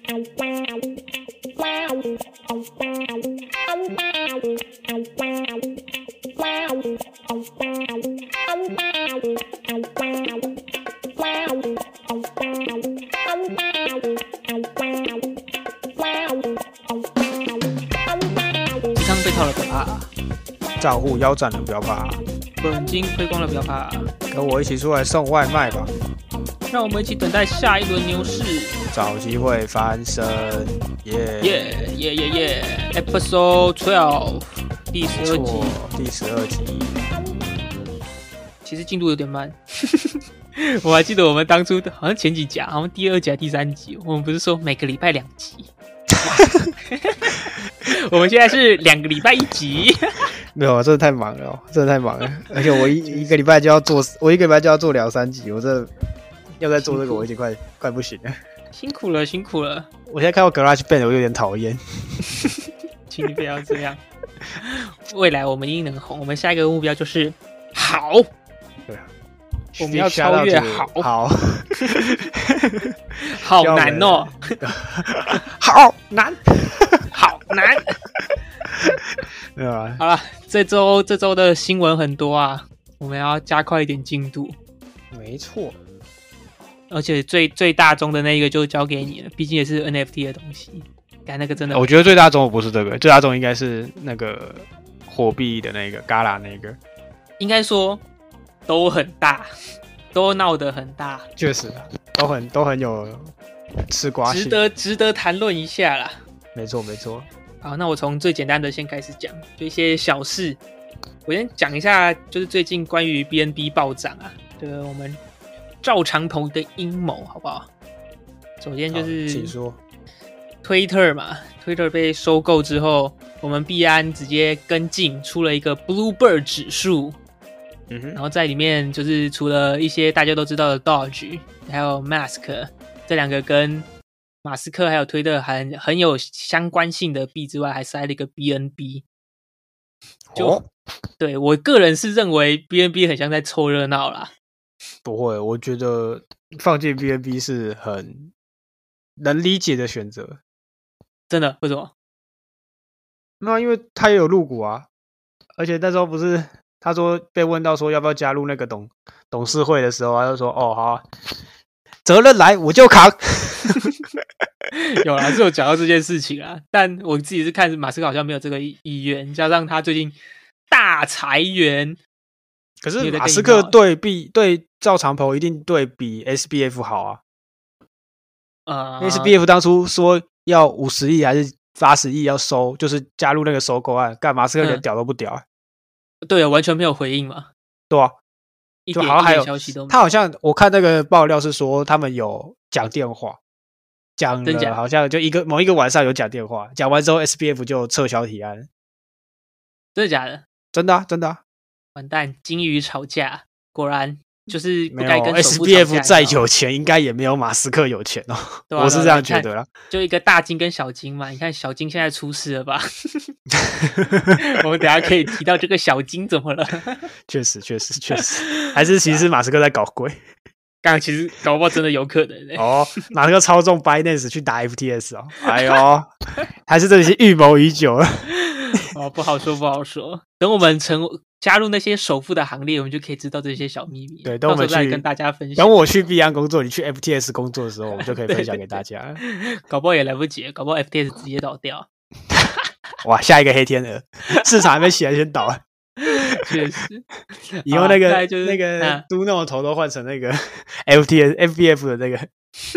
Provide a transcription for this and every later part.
鸡汤被套了不怕， 账户腰斩了不要怕， 本金亏光了不要怕， 跟我一起出来送外卖吧， 让我们一起等待下一轮牛市， 找机会翻身， 耶 ！Episode 12第12集， 第12集， 其实进度有点慢。我还记得我们当初好像前几集，好像第2集还是第3集，我们不是说每个礼拜2集？我们现在是2个礼拜1集。 没有，真的太忙了，真的太忙了，而且我一个礼拜就要做2-3集，我这要再做这个，我已经快不行了。 辛苦了，辛苦了。 我现在看到 GarageBand 我有点讨厌。 请你不要这样。未来我们一定能红，我们下一个目标就是好。 对啊， 我们要超越好。好难哦。 好难。 好难。 对啊。 好了，这周的新闻很多啊，我们要加快一点进度。 没错。 而且最大宗的那一个就交给你了，毕竟也是 NFT 的东西。干那个真的， 我觉得最大宗不是这个，最大宗应该是那个火币的那个 Gala 那个。 应该说都很大，都闹得很大。 确实，都很有吃瓜性， 值得谈论一下啦。 没错没错。 好，那我从最简单的先开始讲，就一些小事。我先讲一下，就是最近关于 BNB 暴涨啊，这个我们赵长鹏的阴谋，好不好？首先就是请说。 Twitter 嘛 ，Twitter 被收购之后，我们币安直接跟进出了一个 Bluebird 指数，然后在里面就是除了一些大家都知道的 Doge， 还有 Mask 这两个跟马斯克还有推特很有相关性的币之外，还塞了一个 BNB。对，我个人是认为 BNB 很像在凑热闹啦。 不会，我觉得放进 BNB 是很能理解的选择。 真的？为什么？ 那因为他也有入股啊，而且那时候不是他说被问到说要不要加入那个董事会的时候，他就说哦好啊，责任来我就扛。 有啦，是有讲到这件事情啦，但我自己是看马斯克好像没有这个意愿，加上他最近大裁员。 可是马斯克对赵长鹏一定对比 SBF 好啊。SBF 当初说要50亿还是80亿要收，就是加入那个收购案，干马斯克连屌都不屌啊。 对啊，完全没有回应嘛。 对啊， 就好像还有消息都没有。 他好像我看那个爆料是说他们有讲电话，讲了好像就某一个晚上有讲电话，讲完之后 SBF 就撤销提案。 真的假的？ 真的啊，真的啊。 完蛋，金鱼吵架，果然就是不该跟首富吵架。 SBF 再有钱，应该也没有马斯克有钱哦。 对啊， 我是这样觉得啦。 就一个大金跟小金嘛，你看小金现在出事了吧？我们等一下可以提到这个小金怎么了？ 确实，还是其实马斯克在搞鬼。 刚其实搞不好真的有可能哦，马斯克操纵 Binance 去打 FTS 哦。哎呦，还是这里是预谋已久了。 哦，不好说。等我们加入那些首富的行列，我们就可以知道这些小秘密。 对，等我们去跟大家分享。 等我去币安工作，你去 FTS 工作的时候，我们就可以分享给大家。 对，搞不好也来不及，搞不好 FTS 直接倒掉。 哇，下一个黑天鹅，市场还没起来先倒。 确实， 以后那个都诺的头都换成那个 FBF 的那个，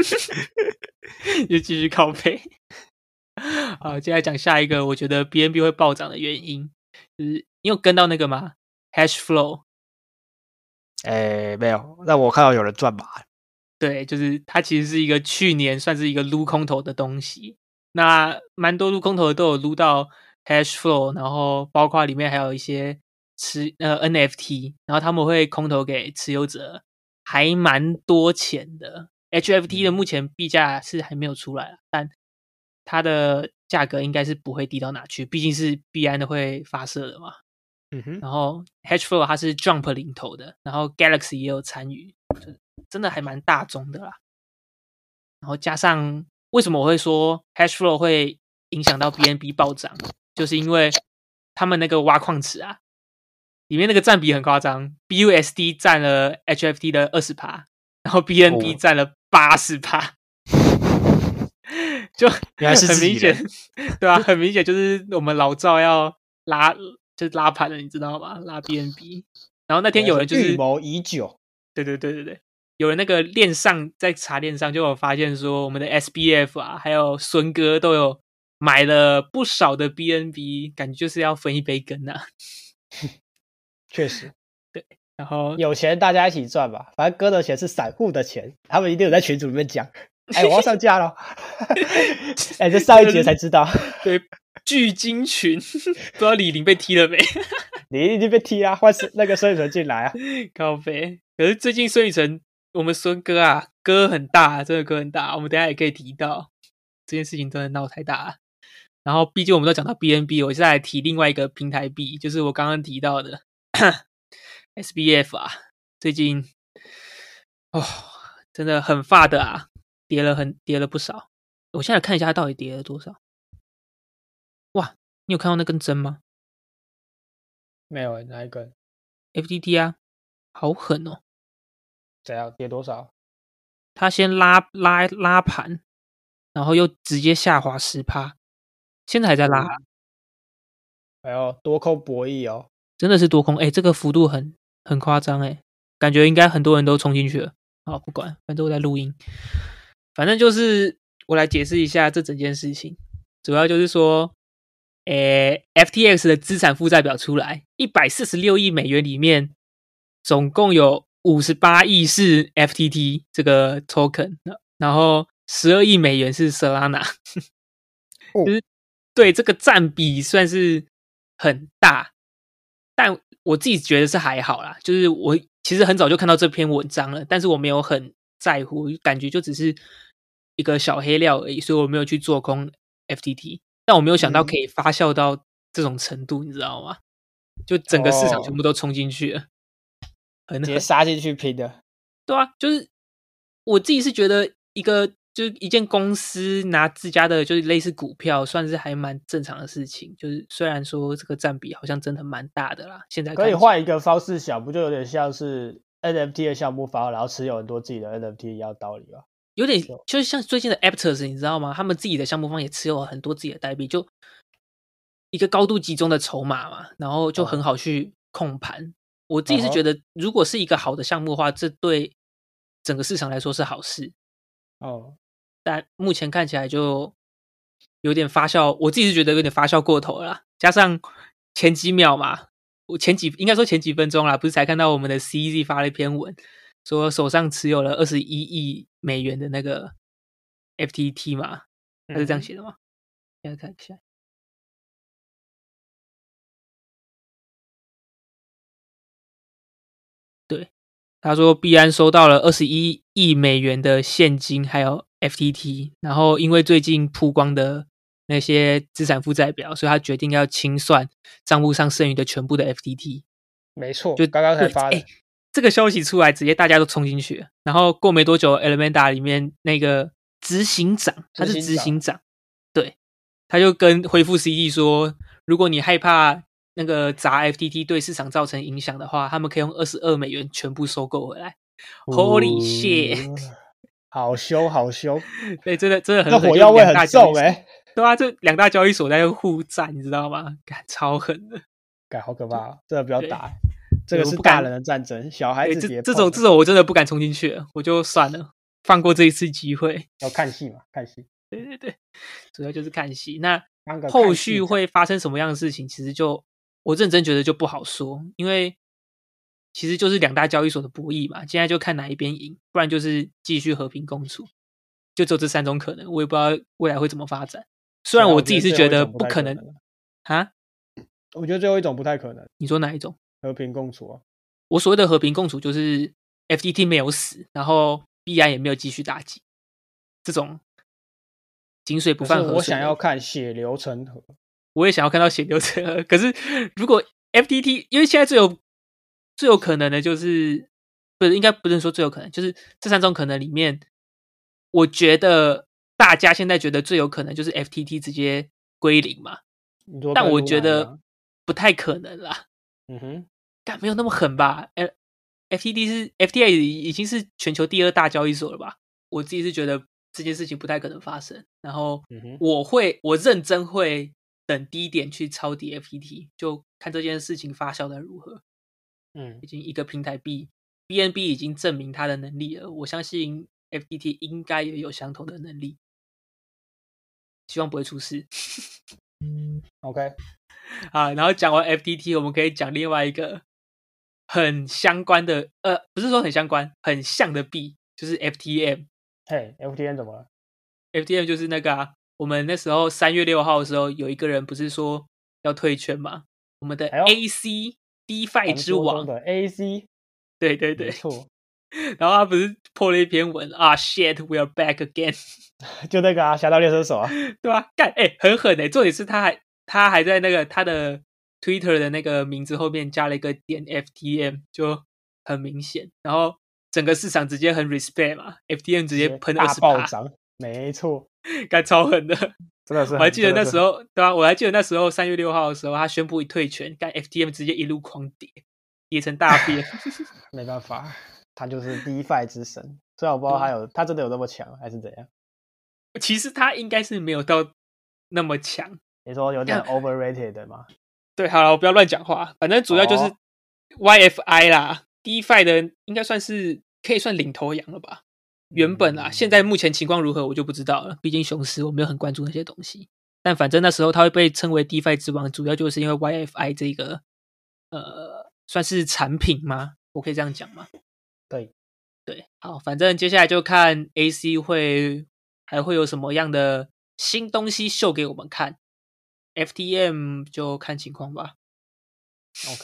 就继续靠背。好，接下来讲下一个，我觉得 BNB 会暴涨的原因，就是你有跟到那个吗 ？Hashflow？ 没有，但我看到有人赚码。 对，就是它其实是一个去年算是一个撸空头的东西，那蛮多撸空头都有撸到 Hashflow， 然后包括里面还有一些NFT， 然后他们会空投给持有者，还蛮多钱的。HFT 的目前币价是还没有出来，但它的价格应该是不会低到哪去，毕竟是币安的会发射的嘛。然后 Hashflow 它是 Jump 领头的，然后 Galaxy 也有参与，真的还蛮大宗的啦。然后加上为什么我会说 hash flow 会影响到 BNB 暴涨，就是因为他们那个挖矿池啊，里面那个占比很夸张 ，BUSD 占了 HFT 的20%，然后 BNB 占了80%，就原来是很明显自己人， 对啊，很明显就是我们老赵要就是拉盘了，你知道吗？拉 BNB，然后那天有人就是预谋已久， 对，有人那个链上在查链上就有发现说，我们的 SBF 啊，还有孙哥都有买了不少的 BNB，感觉就是要分一杯羹啊。 确实， 对，然后有钱大家一起赚吧，反正哥的钱是散户的钱，他们一定有在群组里面讲，哎，我要上架了，哎，这上一节才知道， 对巨鲸群，不知道李宁被踢了没？ 你已经被踢啊，换那个孙宇晨进来啊， 高飞。可是最近孙宇晨，我们孙哥啊，歌很大，真的歌很大，我们等一下也可以提到这件事情，真的闹太大了。然后，毕竟我们都讲到 BNB，我现在来提另外一个平台币，就是我刚刚提到的SBF 啊，最近哦，真的很发的啊，跌了不少。我现在看一下它到底跌了多少。哇，你有看到那根针吗？ 没有哪一根 FTT 啊，好狠哦！ 怎样跌多少？ 它先拉盘，然后又直接下滑10%，现在还在拉， 哎呦，多空博弈哦， 真的是多空哎，这个幅度很夸张哎，感觉应该很多人都冲进去了。好，不管，反正我在录音，反正就是我来解释一下这整件事情，主要就是说。FTX 的资产负债表出来，146亿美元里面，总共有58亿是 FTT 这个 token， 然后12亿美元是 Solana， 就是对这个占比算是很大，但我自己觉得是还好啦。就是我其实很早就看到这篇文章了，但是我没有很在乎，感觉就只是一个小黑料而已，所以我没有去做空 FTT。但我没有想到可以发酵到这种程度，你知道吗？就整个市场全部都冲进去了，很直接杀进去拼的。 对啊，就是我自己是觉得就是一间公司拿自家的就是类似股票，算是还蛮正常的事情。就是虽然说这个占比好像真的蛮大的啦，现在可以换一个方式想，不就有点像是 NFT 的项目方，然后持有很多自己的 NFT 一样道理吧？ 有点就是像最近的 Aptos， 你知道吗？他们自己的项目方也持有很多自己的代币，就一个高度集中的筹码嘛，然后就很好去控盘。我自己是觉得，如果是一个好的项目的话，这对整个市场来说是好事。但目前看起来就有点发酵，我自己是觉得有点发酵过头了啦。加上前几秒嘛，应该说前几分钟啦，不是才看到我们的 CZ 发了一篇文，说手上持有了21亿美元的那个 FTT 嘛，他是这样写的吗？现在看一下。对，他说币安收到了21亿美元的现金，还有 FTT， 然后因为最近曝光的那些资产负债表，所以他决定要清算账户上剩余的全部的 FTT。 没错，就刚刚才发的。 这个消息出来，直接大家都冲进去了。然后过没多久 ，Elementa 里面那个执行长，他是执行长，对，他就跟回复 CD 说，如果你害怕那个砸 FTT 对市场造成影响的话，他们可以用22美元全部收购回来。Holy shit！ 好凶，好凶！ 对，真的很狠， 这火药味很重哎。 对啊，这两大交易所在互战，你知道吗？超狠的， 好可怕，真的不要打。这个是大人的战争，小孩子别碰。 这种我真的不敢冲进去了，我就算了，放过这一次机会。 要看戏嘛，看戏。 对，主要就是看戏。那后续会发生什么样的事情，其实就我认真觉得就不好说，因为其实就是两大交易所的博弈嘛，现在就看哪一边赢，不然就是继续和平共处，就只有这3种可能。我也不知道未来会怎么发展。虽然我自己是觉得不可能啊， 我觉得最后一种不太可能。 你说哪一种？ 和平共处啊！ 我所谓的和平共处，就是 FTT 没有死，然后币安也没有继续打击，这种井水不犯河水。 我想要看血流成河， 我也想要看到血流成河。可是如果 FTT， 因为现在最有可能的就是，不是应该不能说最有可能，就是这3种可能里面，我觉得大家现在觉得最有可能就是 FTT 直接归零嘛，但我觉得不太可能啦。但没有那么狠吧？FTI 已经是全球第2大交易所了吧？我自己是觉得这件事情不太可能发生。然后我认真会等低点去抄底 FTT， 就看这件事情发酵的如何。已经一个平台币 BNB 已经证明它的能力了，我相信 FTT 应该也有相同的能力，希望不会出事。 OK， 好，然后讲完 FTT， 我们可以讲另外一个很相关的，不是说很相关，很像的币，就是 FTM。 嘿 ，FTM 怎么了 ？FTM 就是那个我们那时候3月6号的时候，有一个人不是说要退圈吗？我们的 AC DeFi 之王的 AC， 对对对， 没错。 然后他不是破了一篇文啊 ，shit we are back again， 就那个啊，侠盗猎车手啊， 对吧？干很狠重点是他还在那个他的 Twitter 的那个名字后面加了一个点 FTM， 就很明显。然后整个市场直接很 respect 嘛 ，FTM 直接喷20%，大暴涨，没错， 干超狠的， 真的是。 我还记得那时候，对吧？我还记得那时候3月6号的时候，他宣布一退权，干 FTM 直接一路狂跌成大便。 没办法，他就是 DeFi 之神。虽然我不知道他真的有那么强，还是怎样。 其实他应该是没有到那么强。 你说有点 overrated 的吗？ 对，好了，我不要乱讲话。反正主要就是 YFI 啦 ，DeFi 的应该可以算领头羊了吧？原本啦，现在目前情况如何我就不知道了。毕竟熊市我没有很关注那些东西。但反正那时候他会被称为 DeFi 之王，主要就是因为 YFI 这个算是产品吗？我可以这样讲吗？ 对， 好，反正接下来就看 AC 还会有什么样的新东西秀给我们看。FTM 就看情况吧。 OK 。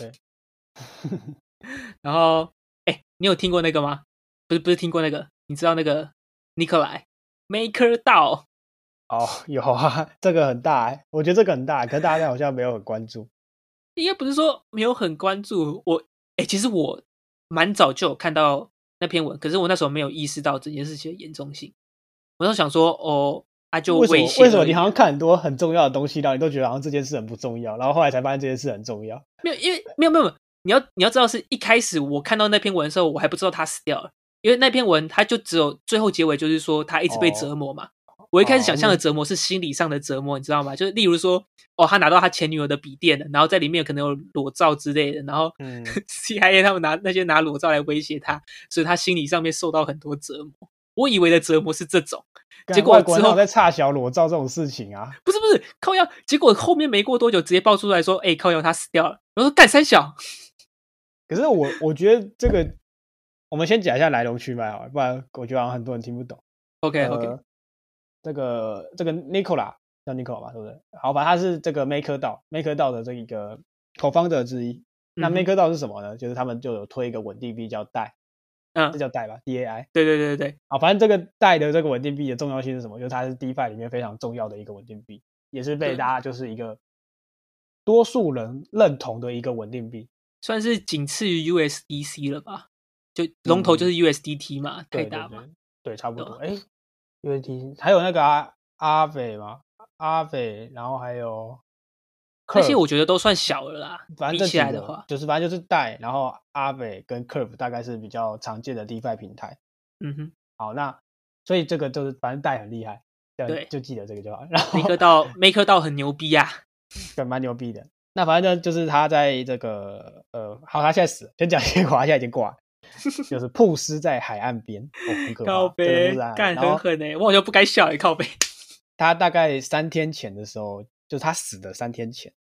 然后，你有听过那个吗？不是听过那个，你知道那个 Nikolai MakerDAO？ 有啊，这个很大我觉得这个很大，可是大家好像没有很关注。 应该不是说没有很关注其实我蛮早就有看到那篇文，可是我那时候没有意识到这件事情的严重性。我就想说，就为什么你好像看很多很重要的东西，然后你都觉得好像这件事很不重要，然后后来才发现这件事很重要？ 没有，因为没有，你要知道，是一开始我看到那篇文的时候，我还不知道他死掉了，因为那篇文他就只有最后结尾就是说他一直被折磨嘛。我一开始想象的折磨是心理上的折磨，你知道吗？就是例如说，他拿到他前女友的笔电了，然后在里面可能有裸照之类的，然后CIA 他们拿裸照来威胁他，所以他心理上面受到很多折磨。我以为的折磨是这种，结果之后在差小裸照这种事情啊， 不是靠腰，结果后面没过多久直接爆出来说，靠腰他死掉了。我说干三小， 可是我觉得这个，我们先讲一下来龙去脉好了，不然我觉得好像很多人听不懂。 OK， 这个 Nicola 叫 Nicola 吧，对不对？好吧，他是这个 MakerDAO 的这一个co-founder之一。那 MakerDAO 是什么呢？就是他们就有推一个稳定币叫DAI，这叫DAI吧 ，DAI。 对。 好，反正这个DAI的这个稳定币的重要性是什么？就是它是 DeFi 里面非常重要的一个稳定币，也是被大家就是一个多数人认同的一个稳定币， 算是仅次于 USDC 了吧？就龙头就是 USDT 嘛，太大嘛。 对，差不多。USDT 还有那个阿伟嘛，然后还有那些我觉得都算小了啦。 反正这起来的话， 反正就是DAI，然后阿伟跟 Curve 大概是比较常见的 DeFi 平台。好，那所以这个就是反正DAI很厉害，对，就记得这个就好。然后 MakerDAO 很牛逼啊， 对，蛮牛逼的。那反正就是他在这个好，他现在死了，先讲结果，他现在已经挂了。就是曝尸在海岸边，很可怕。 靠北，干很狠我好像不该笑靠北。 他大概3天前的时候，就是他死的3天前，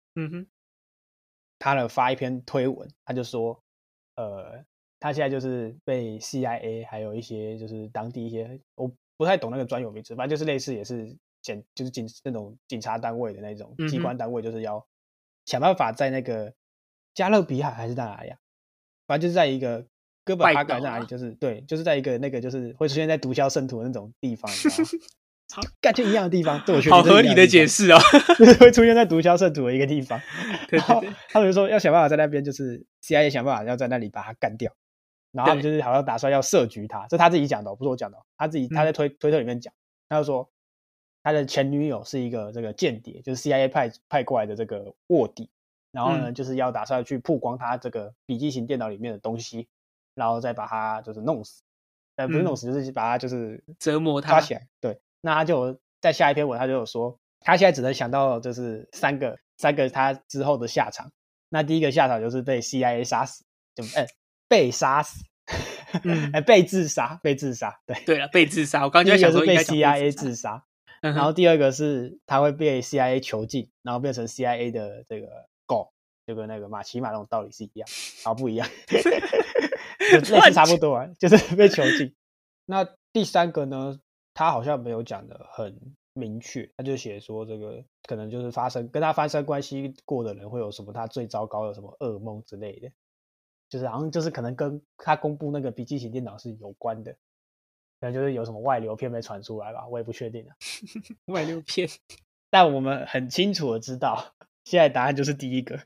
他发一篇推文，他就说，他现在就是被 CIA 还有一些就是当地一些我不太懂那个专有名词，反正就是类似也是那种警察单位的那种机关单位，就是要想办法在那个加勒比海还是在哪里啊？反正就是在一个哥本哈根在哪里？就是对，就是在一个那个就是会出现在毒枭圣徒的那种地方，你知道吗？感觉一样的地方，对我觉得好合理的解释哦， 会出现在毒枭圣徒的一个地方。 对， 他们就说要想办法在那边，就是 CIA 想办法要在那里把他干掉，然后他们就是好像打算要设局他，这他自己讲的，不是我讲的，他在推特里面讲， 他就说他的前女友是一个这个间谍，就是 CIA 派过来的这个卧底，然后呢，就是要打算去曝光他这个笔记型电脑里面的东西，然后再把他就是弄死，不是弄死，就是把他就是折磨他抓起来。对，那他就在下一篇文他就有说，他现在只能想到就是三个他之后的下场。那第一个下场就是被 CIA 杀死，就被杀死。被自杀， 对了，被自杀。我刚刚就在想说， 被 CIA 自杀，然后第二个是他会被 CIA 囚禁，然后变成 CIA 的这个狗，就跟那个马奇马那种道理是一样，好不一样，就类似差不多啊，就是被囚禁。那第三个呢，他好像没有讲的很明确，他就写说这个可能就是跟他发生关系过的人会有什么他最糟糕的什么噩梦之类的。就是好像就是可能跟他公布那个笔记型电脑是有关的，可能就是有什么外流片被传出来吧，我也不确定啊。 外流片， 但我们很清楚的知道，现在答案就是第一个。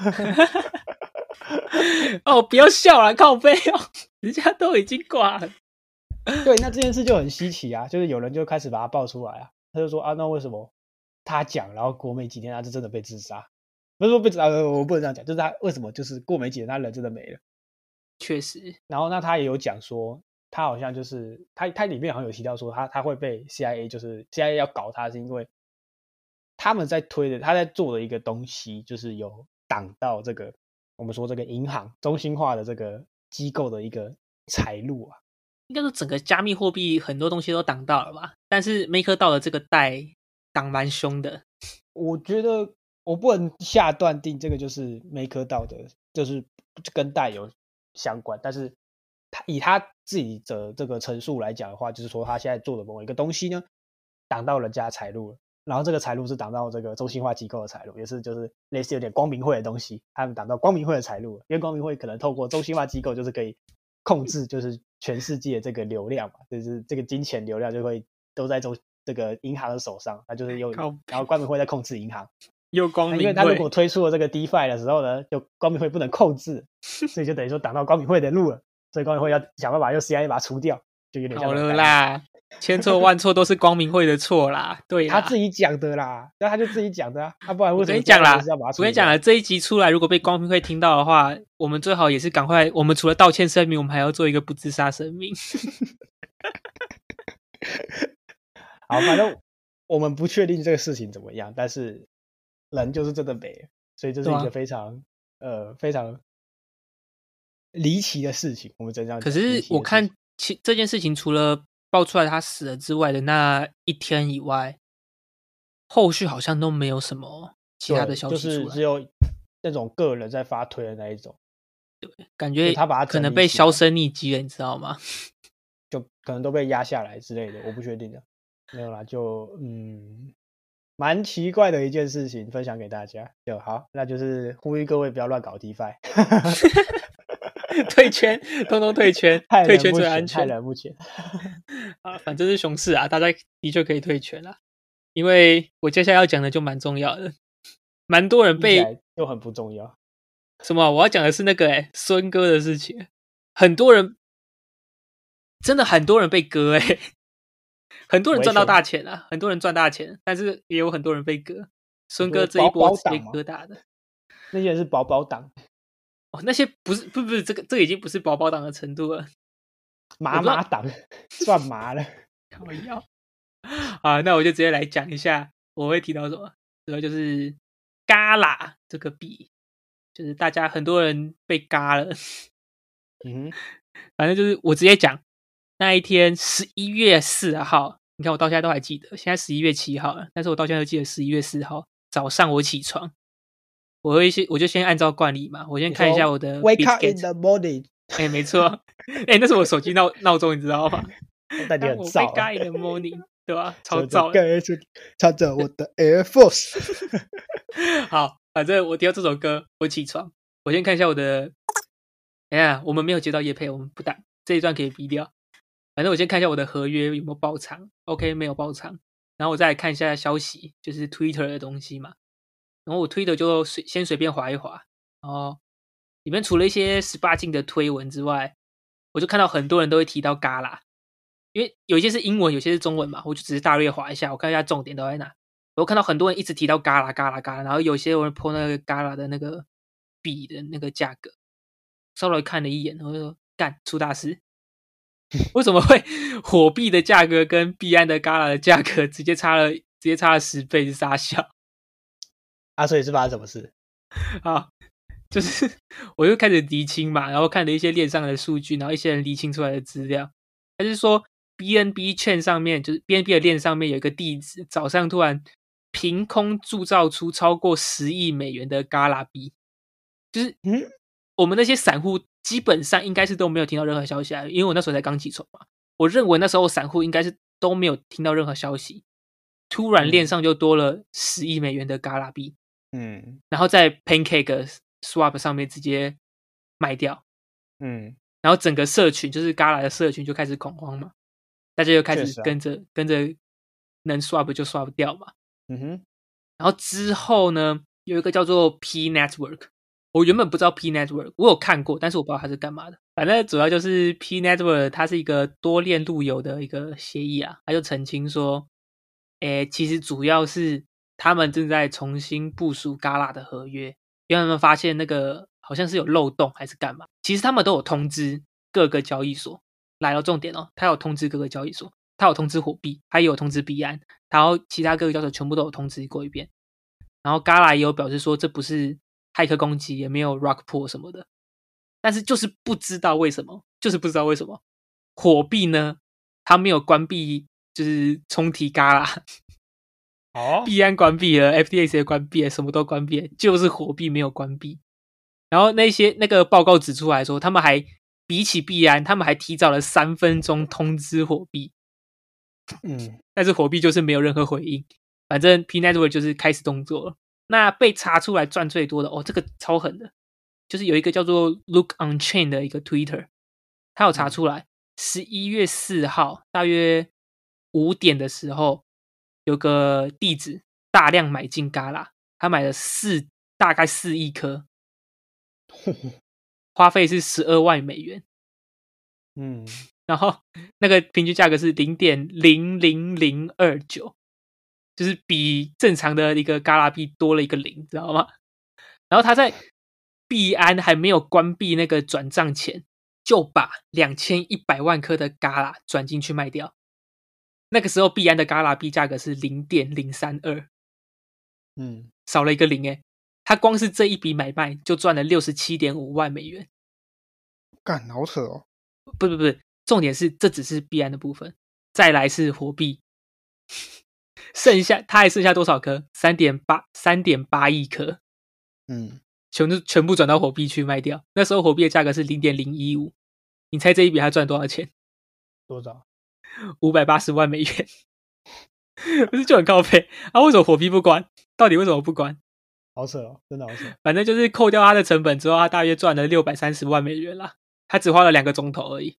哦，不要笑了，靠背哦，人家都已经挂了。 对，那这件事就很稀奇啊，就是有人就开始把它爆出来啊，他就说啊，那为什么他讲，然后过没几天他就真的被自杀？不是说被自杀，我不能这样讲，就是他为什么就是过没几天他人真的没了？ 确实。 然后那他也有讲说，他好像就是他里面好像有提到说他会被 CIA 就是 CIA 要搞他，是因为他们在推的他在做的一个东西，就是有挡到这个我们说这个银行中心化的这个机构的一个财路啊。 应该说整个加密货币很多东西都挡到了吧，但是 MakerDAO 的这个带挡蛮凶的。 我觉得我不能下断定这个就是 MakerDAO 的，就是跟带有相关，但是以他自己的这个陈述来讲的话，就是说他现在做的某一个东西呢，挡到人家的财路了，然后这个财路是挡到这个中心化机构的财路，也是就是类似有点光明会的东西，他们挡到光明会的财路了，因为光明会可能透过中心化机构就是可以控制就是全世界这个流量嘛，就是这个金钱流量就会都在这个银行的手上，他就是然后光明会在控制银行。 又光明会， 因为他如果推出了这个 DeFi 的时候呢，就光明会不能控制，所以就等于说挡到光明会的路了，所以光明会要想办法用 CIA 把它除掉，就有点像好了啦，千错万错都是光明会的错啦，对啦， 他自己讲的啦，那他就自己讲的啊，不然为什么我跟你讲啦， 我跟你讲了，这一集出来，如果被光明会听到的话，我们最好也是赶快，我们除了道歉声明，我们还要做一个不自杀声明。 好，反正我们不确定这个事情怎么样，但是人就是真的没，所以这是一个非常非常离奇的事情，我们真这样讲。 可是我看这件事情除了爆出来他死了之外的那一天以外，后续好像都没有什么其他的消息出来， 就是只有那种个人在发推的那一种。 对，感觉他把它可能被销声匿迹了，你知道吗？ 就可能都被压下来之类的，我不确定的。没有啦，就蛮奇怪的一件事情，分享给大家。就好，那就是呼吁各位不要乱搞 DeFi。 退圈，通通退圈，退圈最安全， 害人不浅。 啊，反正是熊市啊，大家的确可以退圈啦。因为我接下来要讲的就蛮重要的，蛮多人被就很不重要。 什么？我要讲的是那个孙哥的事情，很多人真的很多人被割很多人赚到大钱啊，很多人赚大钱，但是也有很多人被割。孙哥这一波是被割大的， 那些人是宝宝党。 哦，那些不是这个已经不是宝宝党的程度了， 麻麻党算麻了。 靠腰啊，那我就直接来讲一下，我会提到什么，主要就是 Gala 这个币，就是大家很多人被嘎了。反正就是我直接讲，那一天11月4号，你看我到现在都还记得，现在11月7号了，但是我到现在都记得11月4号早上我起床，我就先按照惯例嘛，我先看一下我的 Wake up in the morning。 没错，那是我手机闹钟，你知道吗？ 但你很燥 ，Wake up in the morning， 对吧？超燥的， 穿着我的 Air Force。 好，反正我听到这首歌，我起床，我先看一下我的，我们没有接到业配，我们不打这一段可以逼掉。反正我先看一下我的合约有没有爆仓 ，OK 没有爆仓，然后我再来看一下消息，就是 Twitter 的东西嘛。然后我 Twitter 就先随便滑一滑，然后里面除了一些18禁的推文之外，我就看到很多人都会提到 Gala， 因为有一些是英文，有些是中文嘛，我就只是大略划一下，我看一下重点都在哪。我看到很多人一直提到嘎啦嘎啦嘎啦，然后有些人 po 那个嘎啦的那个币的那个价格，稍微看了一眼，我就说干出大事，为什么会火币的价格跟币安的嘎啦的价格直接差了10倍，是傻笑啊？所以是发生什么事？ 啊？就是我就开始厘清嘛，然后看了一些链上的数据，然后一些人厘清出来的资料，他是说 BNB 券上面，就是 BNB 的链上面有一个地址，早上突然凭空铸造出超过10亿美元的 Gala 币，就是我们那些散户基本上应该是都没有听到任何消息啊，因为我那时候才刚起床嘛，我认为那时候散户应该是都没有听到任何消息，突然链上就多了10亿美元的 Gala 币，然后在 PancakeSwap 上面直接卖掉，然后整个社群就是 Gala 的社群就开始恐慌嘛，大家就开始跟着能 swap 就 swap 掉嘛，然后之后呢，有一个叫做 P Network， 我原本不知道 P Network， 我有看过，但是我不知道它是干嘛的。反正主要就是 P Network 它是一个多链路由的一个协议啊，它就澄清说，其实主要是他们正在重新部署 Gala 的合约，因为他们发现那个好像是有漏洞还是干嘛。其实他们都有通知各个交易所，来了重点哦，他有通知各个交易所，他有通知火币，他也有通知币安，然后其他各个交易所全部都有通知过一遍。然后 Gala 也有表示说这不是骇客攻击，也没有 rug pull 什么的，但是就是不知道为什么，火币呢，它没有关闭，就是冲提 Gala。币安关闭了 ，FTX 也关闭了，什么都关闭了，就是火币没有关闭。然后那个报告指出来说，他们还比起币安，他们还提早了3分钟通知火币。但是火币就是没有任何回应。反正 P Network 就是开始动作了。那被查出来赚最多的哦，这个超狠的，就是有一个叫做 Look on Chain 的一个 Twitter， 他有查出来，11月4号大约5点的时候，有个地址大量买进 Gala， 他买了大概4亿颗，花费是12万美元。然后那个平均价格是 0.00029， 就是比正常的一个 Gala 币多了一个0，知道吗？然后他在币安还没有关闭那个转账前，就把2100万颗的 Gala 转进去卖掉。那个时候币安的 Gala 币价格是 0.032， 少了一个0耶，他光是这一笔买卖就赚了 67.5 万美元。 干，好扯哦。 不，重点是这只是币安的部分，再来是火币，他还剩下多少颗？ 3.8 亿颗，全部转到火币去卖掉。那时候火币的价格是 0.015， 你猜这一笔他赚多少钱？ 多少 ？580万美元。不是就很靠背啊？为什么火币不关？到底为什么不关？ 好扯哦，真的好扯。 反正就是扣掉他的成本之后，他大约赚了630万美元啦。他只花了2个钟头而已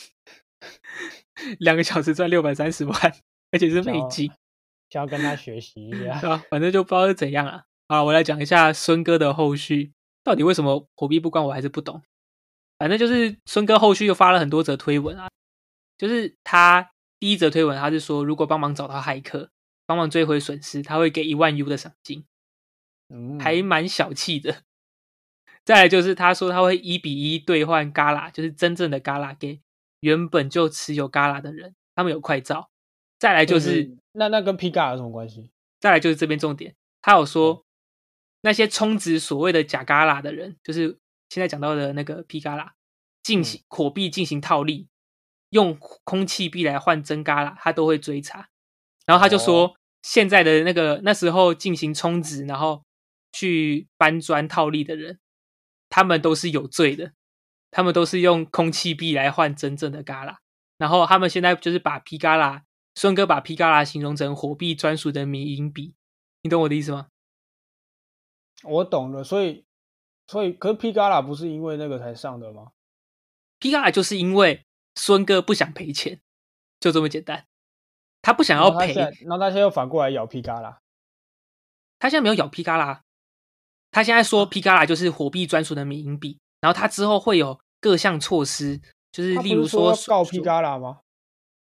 ，2个小时赚630万，而且是美金。 想要跟他学习一下。 对啊，反正就不知道是怎样啊。好，我来讲一下孙哥的后续，到底为什么火币不关，我还是不懂。反正就是孙哥后续又发了很多则推文啊，就是他第一则推文，他是说如果帮忙找到骇客，帮忙追回损失，他会给1万 U 的赏金，还蛮小气的。再来就是他说他会1:1兑换 Gala， 就是真正的 Gala 给原本就持有 Gala 的人，他们有快照。再来就是那跟 P Gala 有什么关系？ 再来就是这边重点，他有说那些充值所谓的假 Gala 的人，就是现在讲到的那个 P Gala， 进行火币进行套利，用空气币来换真 Gala， 他都会追查。然后他就说现在的那时候进行充值，然后去搬砖套利的人，他们都是有罪的，他们都是用空气币来换真正的 Gala， 然后他们现在就是把 P Gala， 孙哥把 P Gala 形容成火币专属的迷因币，你懂我的意思吗？ 我懂了，所以可是 P Gala 不是因为那个才上的吗？ P Gala 就是因为孙哥不想赔钱，就这么简单，他不想要赔， 然后他现在又反过来咬 P Gala， 他现在没有咬 P Gala， 他现在说 P Gala 就是火币专属的迷因币，然后他之后会有各项措施，就是例如说要告 P Gala 吗？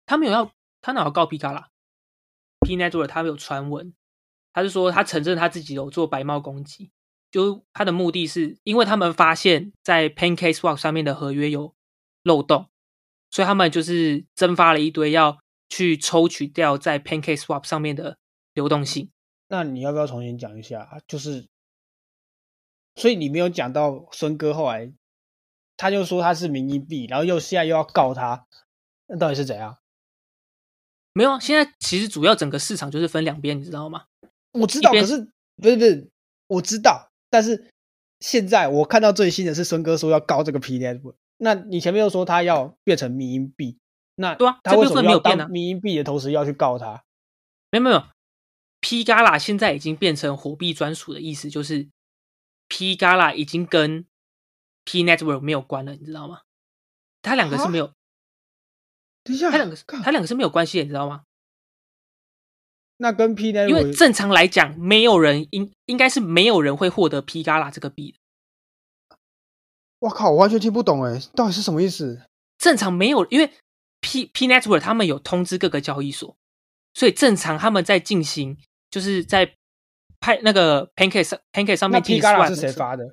他哪有告 P 嘎啦 ？P Network 他有传闻，他是说他承认他自己有做白帽攻击，就他的目的是因为他们发现在 PancakeSwap 上面的合约有漏洞，所以他们就是增发了一堆要去抽取掉在 PancakeSwap 上面的流动性。 那你要不要重新讲一下？就是所以你没有讲到孙哥后来他就说他是民营币，然后现在又要告他，那到底是怎样？ 没有啊，现在其实主要整个市场就是分两边，你知道吗？ 我知道，可是不是，我知道，但是现在我看到最新的是孙哥说要告这个 P Network， 那你前面又说他要变成民营币，那对啊， 他为什么要当当民营币的同时要去告他？ 没有 ，P Gala 现在已经变成火币专属的意思，就是 P Gala 已经跟 P Network 没有关了，你知道吗？他两个是没有， 等一下， 他两个是没有关系的，你知道吗？ 那跟 P Network， 因为正常来讲，没有人应该是没有人会获得 P Gala 这个币的。 我靠，我完全听不懂哎，到底是什么意思？ 正常没有，因为 P Network 他们有通知各个交易所，所以正常他们在进行，就是在派那个 Pancake 上面进行 P Gala 是谁发的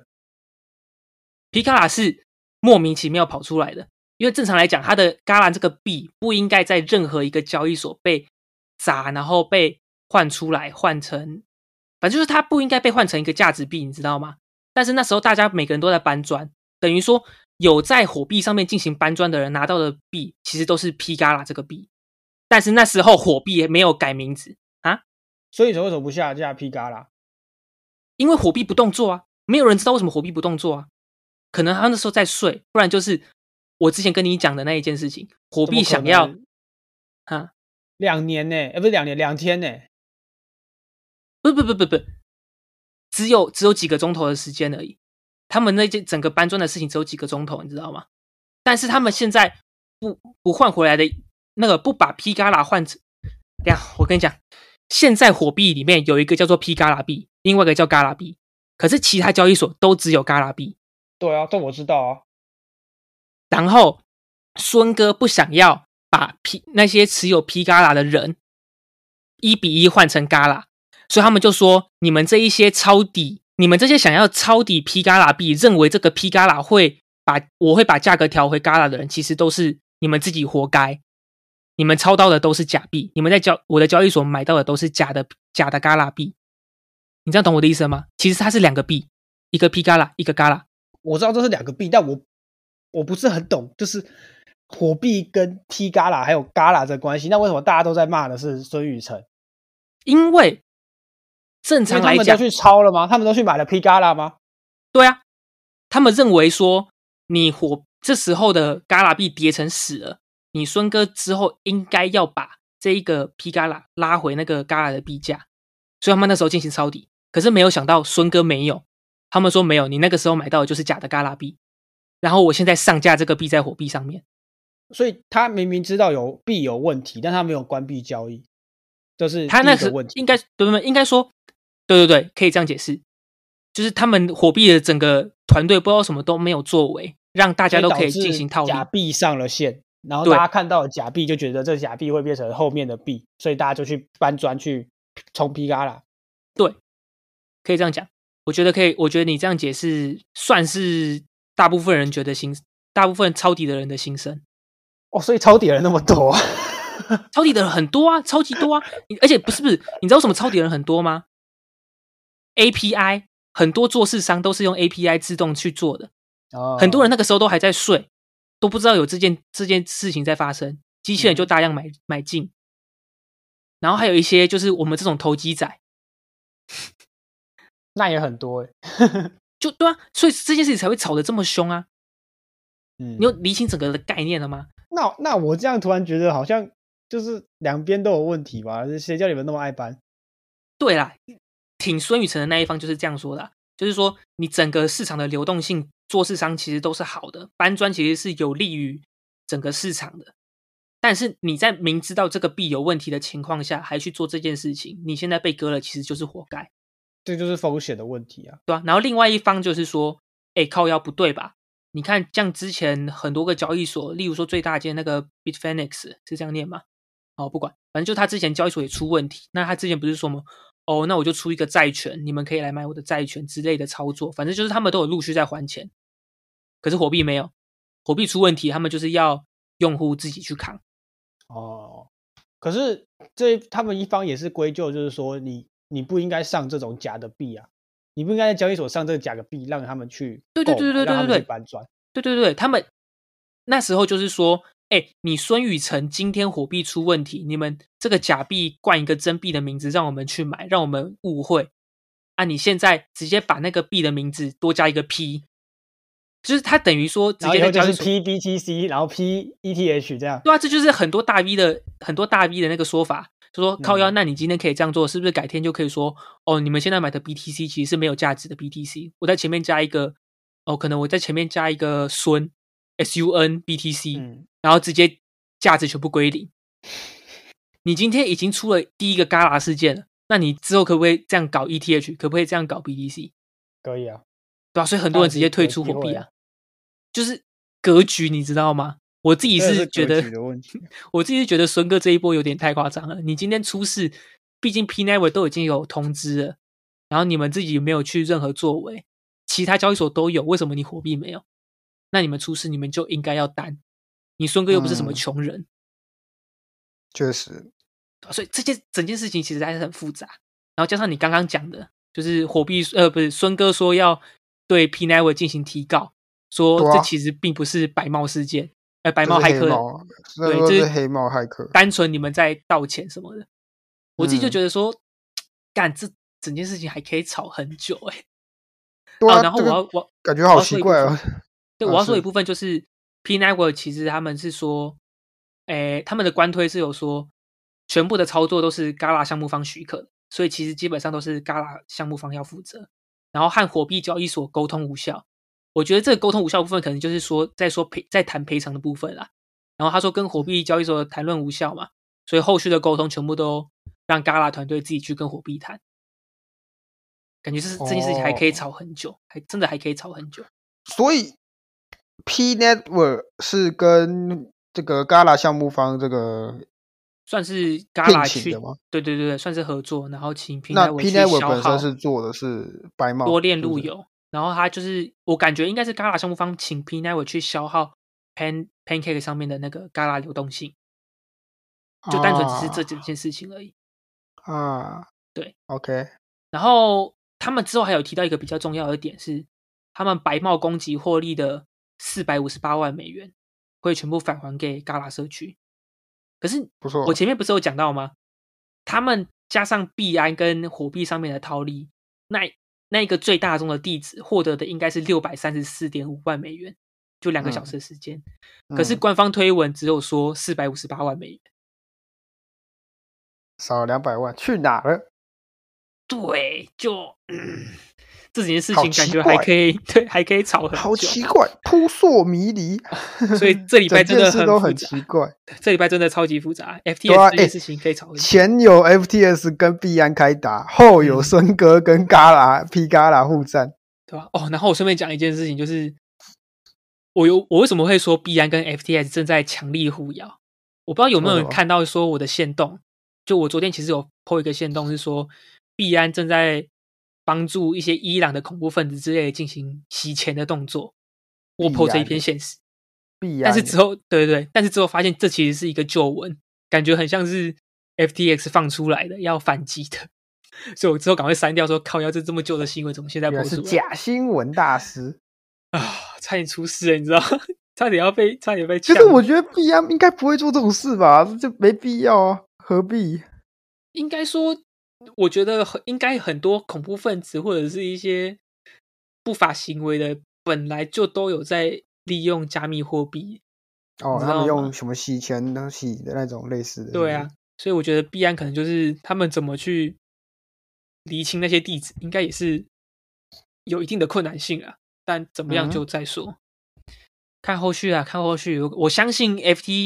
？P Gala 是莫名其妙跑出来的，因为正常来讲，它的 Gala 这个币不应该在任何一个交易所被砸，然后被换出来换成，反正就是它不应该被换成一个价值币，你知道吗？但是那时候大家每个人都在搬砖，等于说有在火币上面进行搬砖的人拿到的币，其实都是 P Gala 这个币，但是那时候火币也没有改名字啊， 所以为什么不下架 P Gala？ 因为火币不动作啊，没有人知道为什么火币不动作啊，可能他那时候在睡，不然就是我之前跟你讲的那一件事情，火币想要啊 2年呢，不是2年，2天呢。 不，只有几个钟头的时间而已。他们那件整个搬砖的事情只有几个钟头，你知道吗？但是他们现在不换回来的那个，不把 P Gala 换成，这样我跟你讲，现在火币里面有一个叫做 P Gala 币，另外一个叫 Gala 币，可是其他交易所都只有 Gala 币。 对啊，这我知道啊。 然后孙哥不想要把那些持有 P Gala 的人1比1换成 Gala， 所以他们就说你们这一些抄底，你们这些想要抄底 P Gala 币，认为这个 P Gala 我会把价格调回 Gala 的人，其实都是你们自己活该。你们抄到的都是假币，你们在我的交易所买到的都是假的 Gala 币。你这样懂我的意思吗？其实它是2个币，一个 P Gala， 一个 Gala。 我知道这是2个币，但我不是很懂，就是火币跟 P Gala 还有 Gala 的关系。那为什么大家都在骂的是孙宇晨？ 因为正常来讲， 他们都去抄了吗？他们都去买了 P Gala 吗？ 对啊，他们认为说你这时候的 Gala 币跌成屎了，你孙哥之后应该要把这一个 P Gala 拉回那个 Gala 的币价，所以他们那时候进行抄底。可是没有想到孙哥没有，他们说没有，你那个时候买到的就是假的 Gala 币，然后我现在上架这个币在火币上面， 所以他明明知道有币有问题，但他没有关闭交易，这是他那个问题。 应该说，对，可以这样解释，就是他们火币的整个团队不知道什么都没有作为，让大家都可以进行套利。 假币上了线，然后大家看到了假币就觉得这假币会变成后面的币，所以大家就去搬砖去冲 P Gala。 对，可以这样讲。我觉得你这样解释算是大部分人大部分抄底的人的心声。 哦，所以抄底的人那么多， 抄底的人很多啊，超级多啊！而且不是，你知道为什么抄底的人很多吗 ？API 很多做市商都是用 API 自动去做的，很多人那个时候都还在睡，都不知道有这件事情在发生，机器人就大量买进，然后还有一些就是我们这种投机仔。 那也很多就对啊，所以这件事情才会吵得这么凶啊。你有理清整个的概念了吗？ 那我这样突然觉得好像就是两边都有问题吧？谁叫你们那么爱搬？ 对啦，挺孙宇晨的那一方就是这样说的，就是说你整个市场的流动性，做市商其实都是好的，搬砖其实是有利于整个市场的。但是你在明知道这个币有问题的情况下，还去做这件事情，你现在被割了，其实就是活该。这就是风险的问题啊， 对啊。然后另外一方就是说，靠腰不对吧？ 你看像之前很多个交易所，例如说最大间那个 Bitfinex 是这样念吗？不管，反正就他之前交易所也出问题，那他之前不是说吗？那我就出一个债权，你们可以来买我的债权之类的操作，反正就是他们都有陆续在还钱，可是火币没有，火币出问题，他们就是要用户自己去扛。 可是他们一方也是归咎，就是说你不应该上这种假的币啊，你不应该在交易所上这个假的币，让他们去购买，让他们去搬砖。 对，他们那时候就是说，你孙宇晨今天火币出问题，你们这个假币冠一个真币的名字，让我们去买，让我们误会啊！你现在直接把那个币的名字多加一个 P， 就是它等于说直接在交易所 P BTC， 然后 P ETH 这样。 对啊，这就是很多大 V 的那个说法，就说靠腰，那你今天可以这样做，是不是改天就可以说你们现在买的 BTC 其实是没有价值的 BTC， 我在前面加一个可能我在前面加一个SUN BTC，然后直接价值全部归零。你今天已经出了第一个 Gala 事件了，那你之后可不可以这样搞 ETH？ 可不可以这样搞 BTC？ 可以啊， 对啊，所以很多人直接退出火币啊，就是格局，你知道吗？我自己是觉得，我自己是觉得孙哥这一波有点太夸张了。你今天出事，毕竟 P-Network 都已经有通知了，然后你们自己没有去任何作为，其他交易所都有，为什么你火币没有？那你们出事，你们就应该要担。你孙哥又不是什么穷人， 确实。 所以整件事情其实还是很复杂。然后加上你刚刚讲的，就是火币不是孙哥说要对 P-Network 进行提告，说这其实并不是白帽事件。白帽骇客，对，这是黑帽骇客， 单纯你们在道歉什么的。我自己就觉得说，干这整件事情还可以吵很久对啊， 然后我感觉好奇怪啊。 对，我要说一部分就是 P-Network 其实他们是说，他们的官推是有说，全部的操作都是 Gala 项目方许可的，所以其实基本上都是 Gala 项目方要负责，然后和火币交易所沟通无效。我觉得这个沟通无效部分可能就是说在谈赔偿的部分啦。然后他说跟火币交易所谈论无效嘛，所以后续的沟通全部都让 Gala 团队自己去跟火币谈。感觉这件事情还可以吵很久，真的还可以吵很久。 所以 P-Network 是跟这个 Gala 项目方这个算是 Gala 去的吗？ 对，算是合作，然后请 P-Network 去消耗。 本身是做的是白帽多链路由。然后他就是我感觉应该是 Gala 项目方请 P-Network 去消耗 Pancake 上面的那个 Gala 流动性，就单纯只是这整件事情而已对 OK。 然后他们之后还有提到一个比较重要的点是，他们白帽攻击获利的458万美元会全部返还给 Gala 社区。可是我前面不是有讲到吗？他们加上币安跟火币上面的套利，那一个最大宗的地址获得的应该是634.5万美元，就2个小时的时间。可是官方推文只有说458万美元， 少了200万，去哪了？ 对，就这件事情感觉还可以，对，还可以吵很久， 好奇怪，扑朔迷离。 所以这礼拜真的很奇怪， 这礼拜真的超级复杂。FTS 这件事情可以吵很久， 前有 FTS 跟币安开打，后有孙哥跟 P Gala 互战， 对吧？然后我顺便讲一件事情，就是我为什么会说币安跟 FTS 正在强力互咬？我不知道有没有人看到说我的限动，就我昨天其实有 po 一个限动，是说币安正在帮助一些伊朗的恐怖分子之类的进行洗钱的动作。我 po 这一篇现实，但是之后但是之后发现这其实是一个旧闻，感觉很像是 FTX 放出来的要反击的，所以我之后赶快删掉，说靠，要这么旧的新闻怎么现在 po 出来？ 是假新闻大师差点出事了，你知道差点被呛。 可是我觉得币安应该不会做这种事吧，这没必要啊，何必？ 应该说我觉得应该很多恐怖分子或者是一些不法行为的本来就都有在利用加密货币他们用什么洗钱的洗的那种类似的。 对啊，所以我觉得币安可能就是他们怎么去厘清那些地址应该也是有一定的困难性啊，但怎么样就再说。看后续啊，看后续，我相信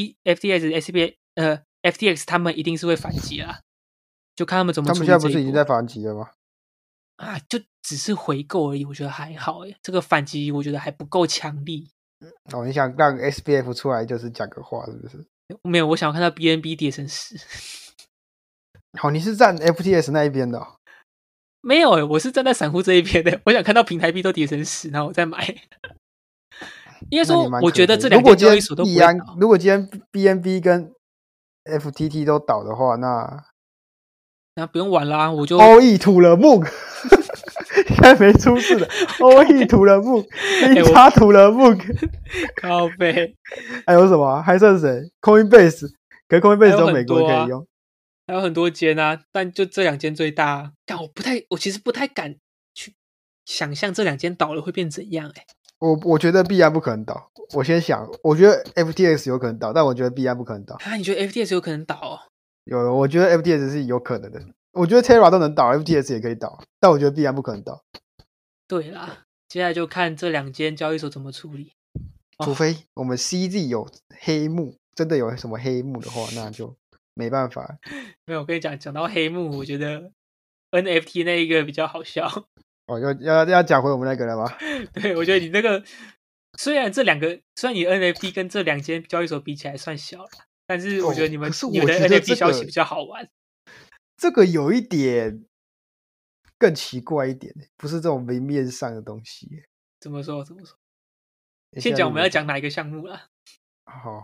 FTX 他们一定是会反击啊，就看他们怎么处理这一波。 他们现在不是已经在反击了吗？ 就只是回购而已，我觉得还好这个反击我觉得还不够强力。 哦，你想让 SBF 出来就是讲个话是不是？ 没有，我想要看到 BNB 跌成10。 好，你是站 FTS 那一边的、哦。 没有我是站在散户这一边的，我想看到平台币都跌成10，然后我再买。应该说，我觉得这两间交易所都不会倒。 如果今天 BNB 跟 FTT 都倒的话， 那不用玩啦，我就 OE 土了木，应该没出事的。OE 土了木，零差土了木， 靠背。 还有什么？还剩谁 ？Coinbase， 可是 Coinbase 只有美国人可以用。 还有很多间啊，但就这2间最大。但我其实不太敢去想象这2间倒了会变怎样我觉得币安不可能倒。我先想，我觉得 FTX 有可能倒，但我觉得币安不可能倒。 啊，你觉得 FTX 有可能倒哦？ 有，我觉得 FTX 是有可能的。我觉得 Terra 都能倒 ，FTX 也可以倒，但我觉得币安不可能倒。 对啦，接下来就看这2间交易所怎么处理。 除非我们 CZ 有黑幕，真的有什么黑幕的话，那就没办法。 没有，我跟你讲到黑幕，我觉得 NFT 那一个比较好笑。 哦，要讲回我们那个了吗？ 对，我觉得你那个虽然你 NFT 跟这2间交易所比起来算小了，但是我觉得你们的 NFT 消息比较好玩。 这个有一点更奇怪一点，不是这种明面上的东西。 怎么说？先讲我们要讲哪一个项目啦？ 好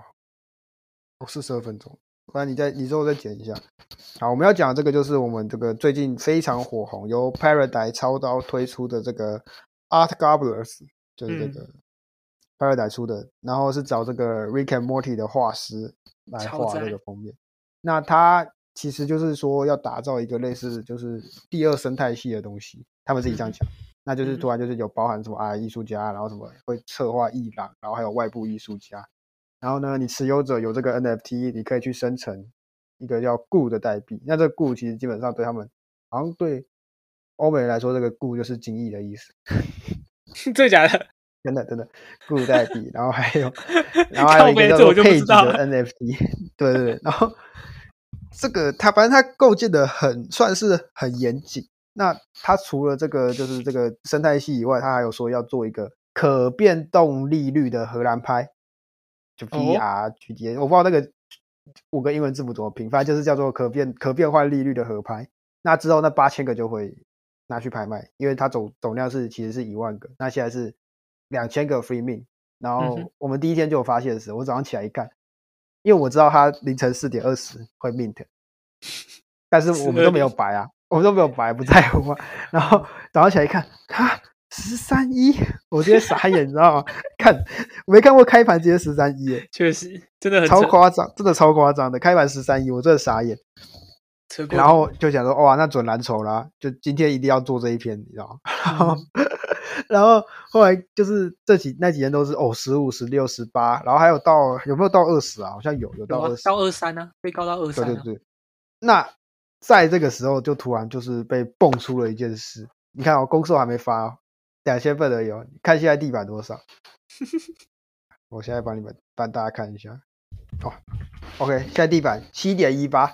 ，42分钟，不然你之后再剪一下。好，我们要讲这个就是我们这个最近非常火红，由 Paradise 操刀推出的这个 Art Gobblers， 就是这个 Paradise 出的，然后是找这个 Rick and Morty 的画师来画这个封面。那他其实就是说要打造一个类似就是第2生态系的东西，他们自己这样讲。那就是突然就是有包含什么艺术家，然后什么会策划艺廊，然后还有外部艺术家。然后呢，你持有者有这个 NFT， 你可以去生成一个叫 GOO 的代币。那这个 GOO 其实基本上对他们，好像对欧美人来说，这个 GOO 就是精益的意思。 真的假的？ 真的 GOO 代币，然后还有一个叫做 Page 的 NFT， 对，然后这个反正它构建的算是很严谨。那它除了这个就是这个生态系以外，它还有说要做一个可变动利率的荷兰拍，就 PRGD，我不知道那个5个英文字母怎么拼，反正就是叫做可变换利率的合拍。那之后那8000个就会拿去拍卖，因为它总量其实是1万个，那现在是2000个 free mint。然后我们第一天就有发现的时候，我早上起来一看，因为我知道它凌晨4点20会 mint， 但是我们都没有白啊。我们都没有白，不在乎啊。然后早上起来一看，13.1，我直接傻眼，你知道吗？我没看过开盘直接13.1， 确实真的很超夸张，真的超夸张的。开盘13.1，我真的傻眼。然后就想说，哇，那准蓝筹啦，就今天一定要做这一篇，你知道吗？然后后来就是那几天都是15、16、18，然后还有有没有到20啊？好像有到20， 到23啊，被高到23。 对。那在这个时候就突然就是被蹦出了一件事，你看公售还没发2000份而已，你看现在地板多少？我现在帮大家看一下。OK， 现在地板7.18，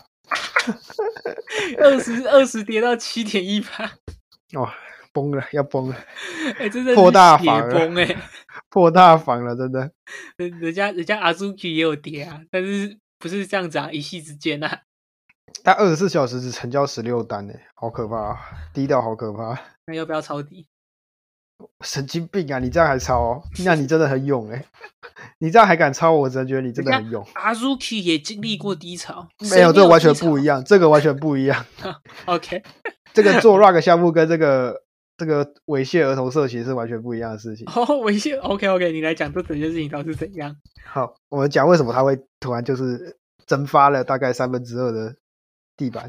20跌到7.18， 崩了，要崩了， 真的破大防了，破大防了，真的。 人家 Azuki 也有跌啊，但是不是这样子啊，一夕之间啊。 他24小时只成交16单好可怕啊，低到好可怕。 那要不要抄底？ 神经病啊！你这样还抄那你真的很勇你这样还敢抄我，真的觉得你真的很勇。 Azuki 也经历过低潮， 没有，这完全不一样，这个完全不一样。 OK， 这个做 rug 项目跟这个猥亵儿童色情是完全不一样的事情。 猥亵 OK， 你来讲这整件事情到底是怎样？ 好，我们讲为什么他会突然就是蒸发了大概2/3的地板。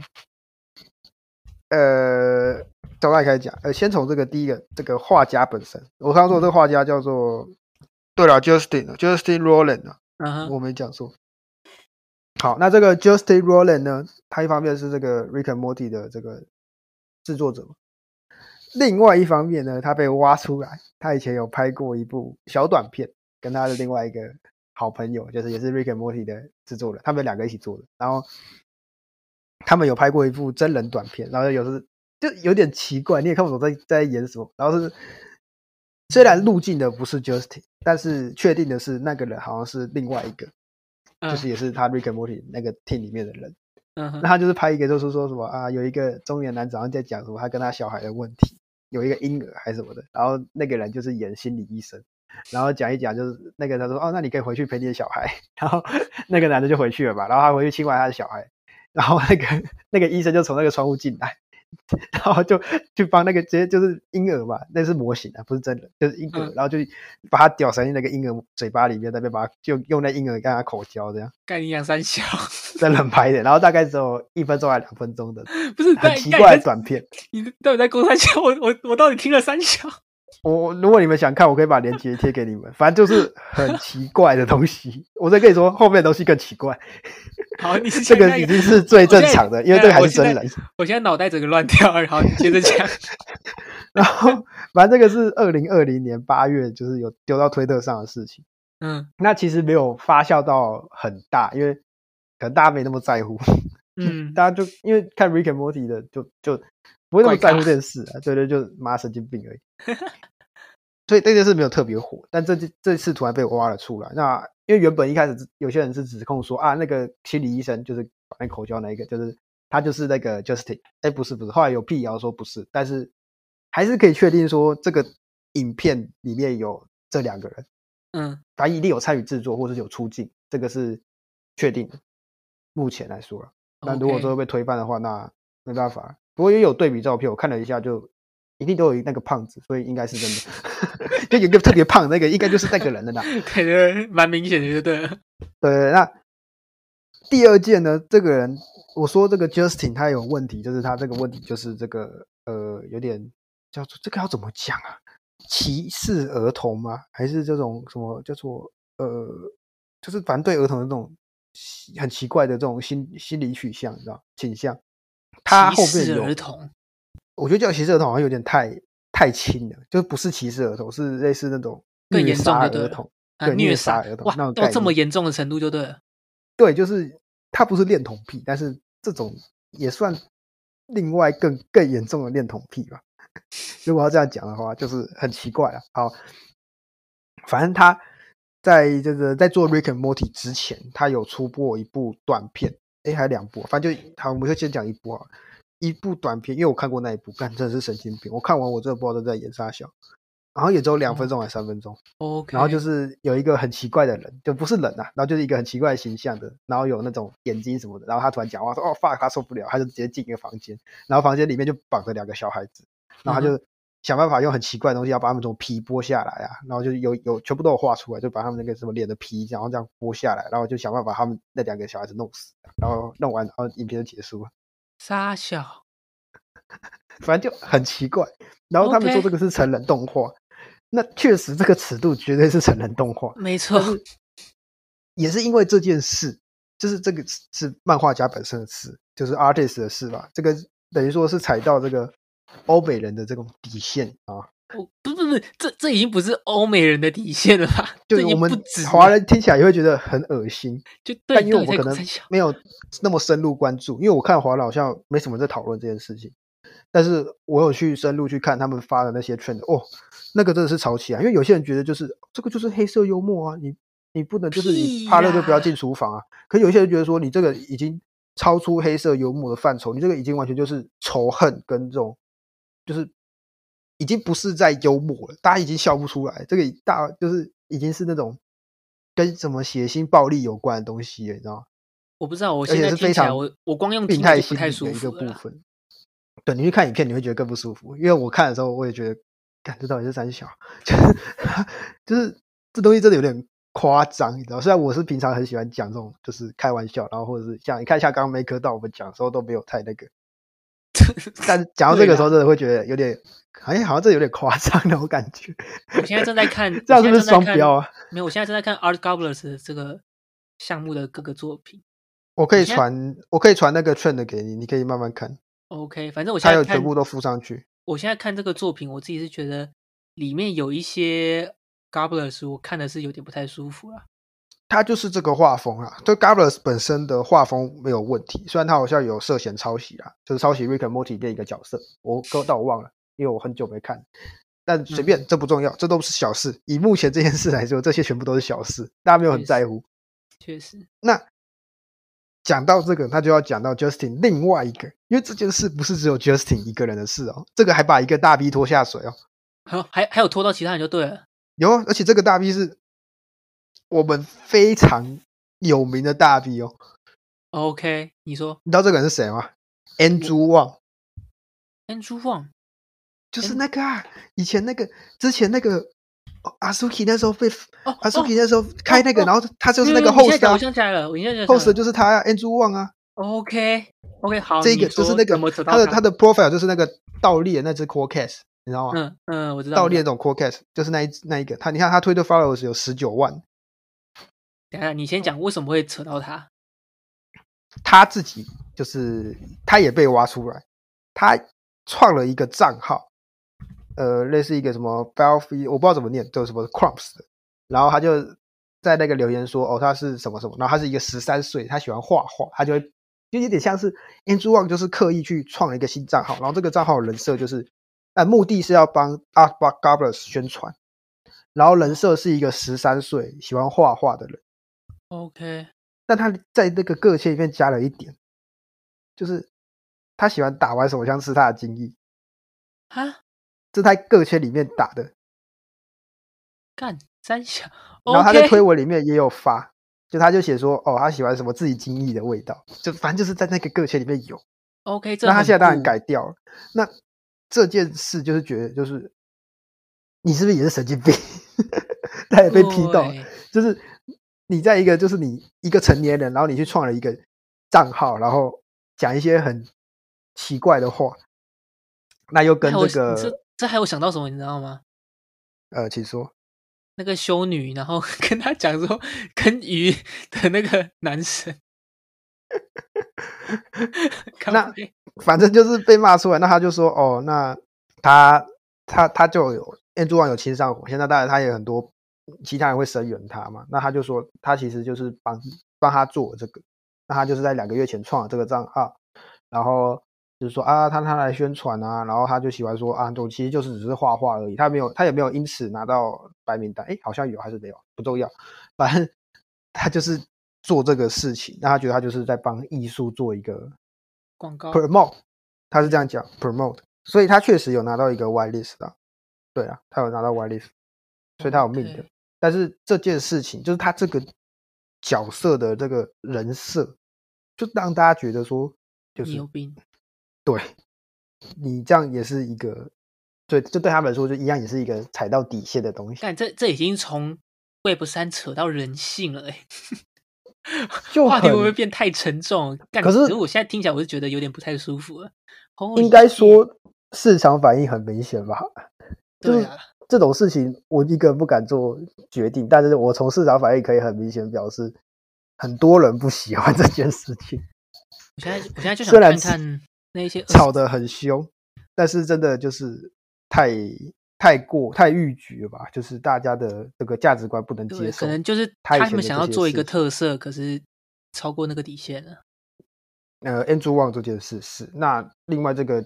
从哪里开始讲？先从这个第一个这个画家本身。我刚刚说这个画家叫做，对了 ，Justin Roiland 我没讲错。好，那这个 Justin Roiland 呢，他一方面是这个 Rick and Morty 的这个制作者，另外一方面呢，他被挖出来，他以前有拍过一部小短片，跟他的另外一个好朋友，就是也是 Rick and Morty 的制作人，他们2个一起做的。然后他们有拍过一部真人短片，然后就有点奇怪，你也看不懂在演什么。然后是虽然入境的不是 Justin， 但是确定的是那个人好像是另外一个，就是也是他 Rick and Morty 那个 team 里面的人。那他就是拍一个，就是说什么啊，有一个中年男子好像在讲什么他跟他小孩的问题，有一个婴儿还是什么的，然后那个人就是演心理医生，然后讲一讲就是那个他说哦，那你可以回去陪你的小孩，然后那个男的就回去了吧，然后他回去亲完他的小孩，然后那个医生就从那个窗户进来。然后就去帮那个直接就是婴儿嘛，那是模型啊，不是真人，就是婴儿，然后就把他屌塞进那个婴儿嘴巴里面，那边把他就用那婴儿跟他口交这样。 干你养三小， 真人拍的，然后大概只有1分钟还2分钟的， 不是很奇怪的短片。 你到底在公三小？我到底听了三小。 如果你们想看，我可以把链接贴给你们。反正就是很奇怪的东西，我再跟你说，后面的东西更奇怪。 好，你是这个已经是最正常的，因为这个还是真人。 我现在脑袋整个乱跳，好，你接着讲。 然后，反正这个是2020年8月，就是有丢到推特上的事情。那其实没有发酵到很大，因为可能大家没那么在乎。大家就因为看 Rick and Morty 的，就不会那么在乎这件事啊。对，就妈神经病而已。所以这件事没有特别火，但这次突然被挖了出来。那因为原本一开始有些人是指控说啊，那个心理医生就是把那口交那一个，就是他就是那个 Justin， 不是，后来有辟谣说不是，但是还是可以确定说这个影片里面有这2个人，他一定有参与制作或是有出镜，这个是确定的。目前来说了，那如果说被推翻的话，那没办法。不过也有对比照片，我看了一下就。一定都有那个胖子，所以应该是真的。就有一个特别胖的那个，应该就是那个人的啦。 对，蛮明显的，就对了。 对，那第二件呢？这个人，我说这个 Justin 他有问题，就是他这个问题就是这个有点叫做这个要怎么讲啊？歧视儿童吗？还是这种什么叫做就是反对儿童的这种很奇怪的这种心理取向，你知道倾向？他后面有儿童。 我觉得叫歧视儿童好像有点太轻了，就不是歧视儿童，是类似那种更严重的儿童，对，虐杀儿童， 哇，到这么严重的程度就对了。 对，就是他不是恋童癖，但是这种也算另外更严重的恋童癖吧。如果要这样讲的话，就是很奇怪啊。好，反正他在做 Rick and Morty 之前，他有出过一部短片，还2部，反正就好，我们就先讲一部啊。一部短片，因为我看过那一部，真的是神经病。我看完我真的不知道在演啥小，然后也只有2分钟还3分钟。然后就是有一个很奇怪的人，就不是人啊，然后就是一个很奇怪的形象的，然后有那种眼睛什么的，然后他突然讲话说哦 fuck， 他受不了，他就直接进一个房间，然后房间里面就绑着2个小孩子，然后他就想办法用很奇怪的东西要把他们从皮剥下来啊，然后就有全部都有画出来，就把他们那个什么脸的皮，然后这样剥下来，然后就想办法把他们那2个小孩子弄死，然后弄完，然后影片就结束了。 傻小， 反正就很奇怪。然后他们说这个是成人动画，那确实这个尺度绝对是成人动画， 没错。 也是因为这件事，就是这个是漫画家本身的事，就是 artist 的事吧。这个等于说是踩到这个欧美人的这种底线啊。 不，这已经不是欧美人的底线了吧？ 就是我们华人听起来也会觉得很恶心，但因为我们可能没有那么深入关注，因为我看华人好像没什么在讨论这件事情，但是我有去深入去看他们发的那些 trend， 那个真的是吵起来，因为有些人觉得就是这个就是黑色幽默啊，你不能就是你怕热就不要进厨房啊，可有些人觉得说你这个已经超出黑色幽默的范畴，你这个已经完全就是仇恨跟这种就是已经不是在幽默了，大家已经笑不出来，这个就是已经是那种跟什么血腥暴力有关的东西了，你知道吗？ 我不知道，我现在听起来我光用病态不太舒服的一个部分。对，你去看影片你会觉得更不舒服，因为我看的时候我也觉得，干这到底是三小，就是这东西真的有点夸张，你知道？虽然我是平常很喜欢讲这种就是开玩笑，然后或者是像你看像刚刚梅科到我们讲的时候都没有太那个，但是讲到这个时候真的会觉得有点。好像这有点夸张的，我感觉。 我现在正在看， 这样是不是双标啊？ 没有，我现在正在看 Art Goblins 这个项目的各个作品。 我可以传那个 trend 给你，你可以慢慢看。 OK， 反正我现在有全部都附上去。 我现在看这个作品，我自己是觉得里面有一些 Goblins， 我看的是有点不太舒服啦。 他就是这个画风啊，就 Goblins 本身的画风没有问题，虽然他好像有涉嫌抄袭啊，就是抄袭 Rick and Morty 这一个角色，但我忘了。因为我很久没看， 但随便，这不重要，这都是小事。以目前这件事来说，这些全部都是小事，大家没有很在乎。 确实。 那讲到这个，他就要讲到 Justin 另外一个，因为这件事不是只有 Justin 一个人的事哦，这个还把一个大 B 拖下水哦。 还有拖到其他人就对了。 有，而且这个大 B 是我们非常有名的大 B 哦。 OK， 你说， 你知道这个人是谁吗 ？Andrew Wang。Andrew Wang 就是那个以前那个之前那个Asuki 那时候被Asuki 那时候开那个，然后他就是那个 host 我想起来了 ，host 就是他Andrew Wang 啊。 OK， 好， 这个就是那个他的 profile 就是那个倒立的那只 Quadcast， 你知道吗？ 我知道。 倒立的那种 Quadcast 就是那一个，你看他推的 followers 有19万。 等一下，你先讲为什么会扯到他？ 他自己就是他也被挖出来，他创了一个账号，类似一个什么 Balfi， 我不知道怎么念，就是什么 Crumps 的，然后他就在那个留言说，他是什么什么，然后他是一个13岁，他喜欢画画，他就有点像是 Andrew Wang 就是刻意去创了一个新账号，然后这个账号人设就是目的是要帮 Art Goblers 宣传，然后人设是一个13岁喜欢画画的人。 OK， 但他在那个个性里面加了一点，就是他喜欢打完手枪吃他的精液。这在个圈里面打的。 干三小， 然后他在推文里面也有发，就他就写说，他喜欢什么自己精液的味道，就反正就是在那个个圈里面有。 OK， 那他现在当然改掉了。那这件事就是觉得，就是你是不是也是神经病？他也被批到，就是你在一个就是你一个成年人，然后你去创了一个账号，然后讲一些很奇怪的话，那又跟这个这还有想到什么，你知道吗？ 请说。 那个修女，然后跟他讲说跟鱼的那个男神， 那反正就是被骂出来，那他就说那他就有Andrew Wang有亲上火，现在当然他也很多其他人会声援他嘛，那他就说他其实就是帮他做这个，那他就是在2个月前创了这个账号，然后就是说他来宣传啊，然后他就喜欢说我其实就是只是画画而已，他也没有因此拿到白名单，好像有还是没有不重要，反正他就是做这个事情，那他觉得他就是在帮艺术做一个广告 promote， 他是这样讲 promote， 所以他确实有拿到一个 whitelist 的，对啊，他有拿到 whitelist， 所以他有命的。但是这件事情就是他这个角色的这个人设，就让大家觉得说，就是你有病。 对，你这样也是一个，对，就对他们来说就一样，也是一个踩到底线的东西。 但这已经从 Web3 扯到人性了话题会不会变太沉重？可是我现在听起来我是觉得有点不太舒服了。 应该说市场反应很明显吧？ 对啊， 这种事情我一个人不敢做决定，但是我从市场反应可以很明显表示，很多人不喜欢这件事情。 我现在就想看看那些吵得很凶，但是真的就是太逾矩了吧？就是大家的这个价值观不能接受， 可能就是他们想要做一个特色，可是超过那个底线了。 Andrew Wang 这件事是，那另外这个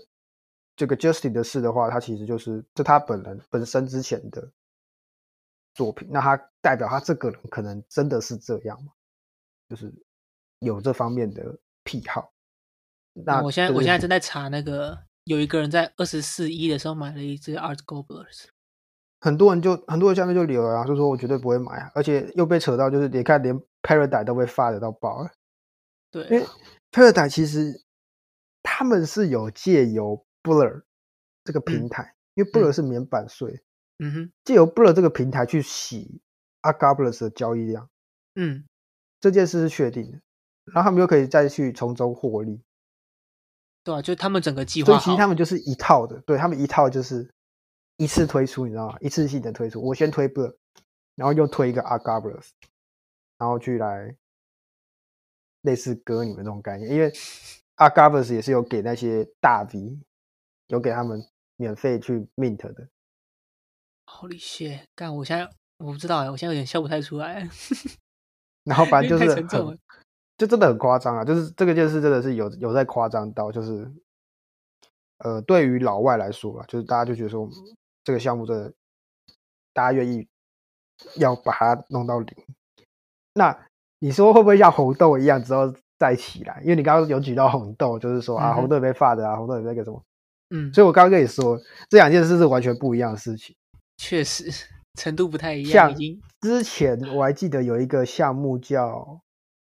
Justin 的事的话，他其实就是他本身之前的作品，那他代表他这个人可能真的是这样嘛，就是有这方面的癖好。那我现在正在查那个，有一个人在24亿的时候买了一只 Art Goblers， 很多人下面就留了就说我绝对不会买而且又被扯到就是你看连 Paradise 都被发得到爆了。 对， 因为 Paradise 其实他们是有借由 Blur 这个平台，因为 Blur 是免版税，借由 Blur 这个平台去洗 Art Goblers 的交易量，这件事是确定的，然后他们又可以再去从中获利。 对啊，就他们整个计划， 所以其实他们就是一套的，对，他们一套就是一次推出，你知道吗？一次性的推出，我先推 Blur， 然后又推一个 Art Goblers， 然后去来类似割你们这种概念，因为 Art Goblers 也是有给那些大 V， 有给他们免费去 mint 的。 Holy shit！ 干，我现在我不知道我现在有点笑不太出来。 然后反正就是太沉重了， 就真的很夸张啊！就是这个件事真的是有在夸张到，就是对于老外来说吧，就是大家就觉得说这个项目真的大家愿意要把它弄到零。那你说会不会像红豆一样之后再起来？因为你刚刚有举到红豆，就是说啊，红豆也被发的啊，红豆也那个什么，所以我刚刚跟你说，这两件事是完全不一样的事情。 确实，程度不太一样。 像之前我还记得有一个项目叫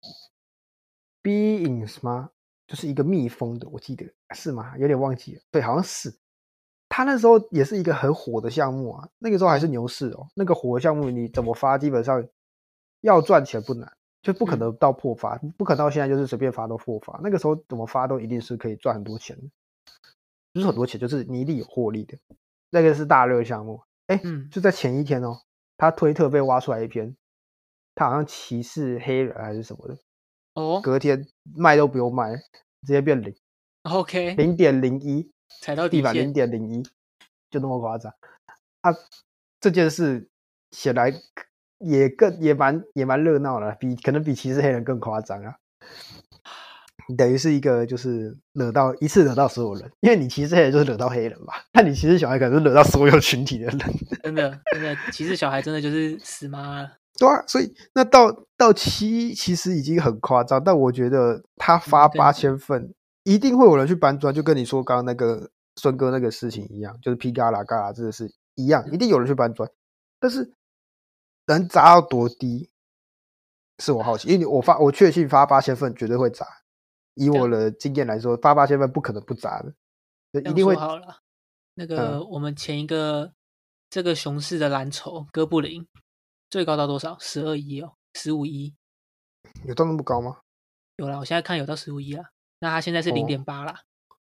Beings 吗？就是一个蜜蜂的，我记得是吗？有点忘记了。对，好像是。他那时候也是一个很火的项目啊，那个时候还是牛市哦。那个火的项目你怎么发，基本上要赚钱不难，就不可能到破发，不可能到现在就是随便发都破发。那个时候怎么发都一定是可以赚很多钱的，不是很多钱，就是你一定有获利的。那个是大热项目，就在前一天哦，他推特被挖出来一篇，他好像歧视黑人还是什么的，隔天卖都不用卖，直接变零 ，OK， 0.01， 踩到底线 0.01，就那么夸张啊！这件事显然也蛮热闹的，可能比歧视黑人更夸张啊！等于是一个就是一次惹到所有人，因为你歧视黑人就是惹到黑人吧，但你歧视小孩可能是惹到所有群体的人。 真的歧视小孩真的就是死妈了。 对啊，所以那到7其实已经很夸张，但我觉得他发8000份，一定会有人去搬砖，就跟你说刚刚那个孙哥那个事情一样，就是皮嘎啦嘎啦这个事一样，一定有人去搬砖，但是能砸到多低，是我好奇，因为我确信发8000份绝对会砸，以我的经验来说，发8000份不可能不砸的，一定会。 好了，那个我们前一个这个熊市的蓝筹哥布林最高到多少？12亿哦，15亿， 有到那么高吗？ 有啦，我现在看有到15亿啦。那它现在是0.8啦。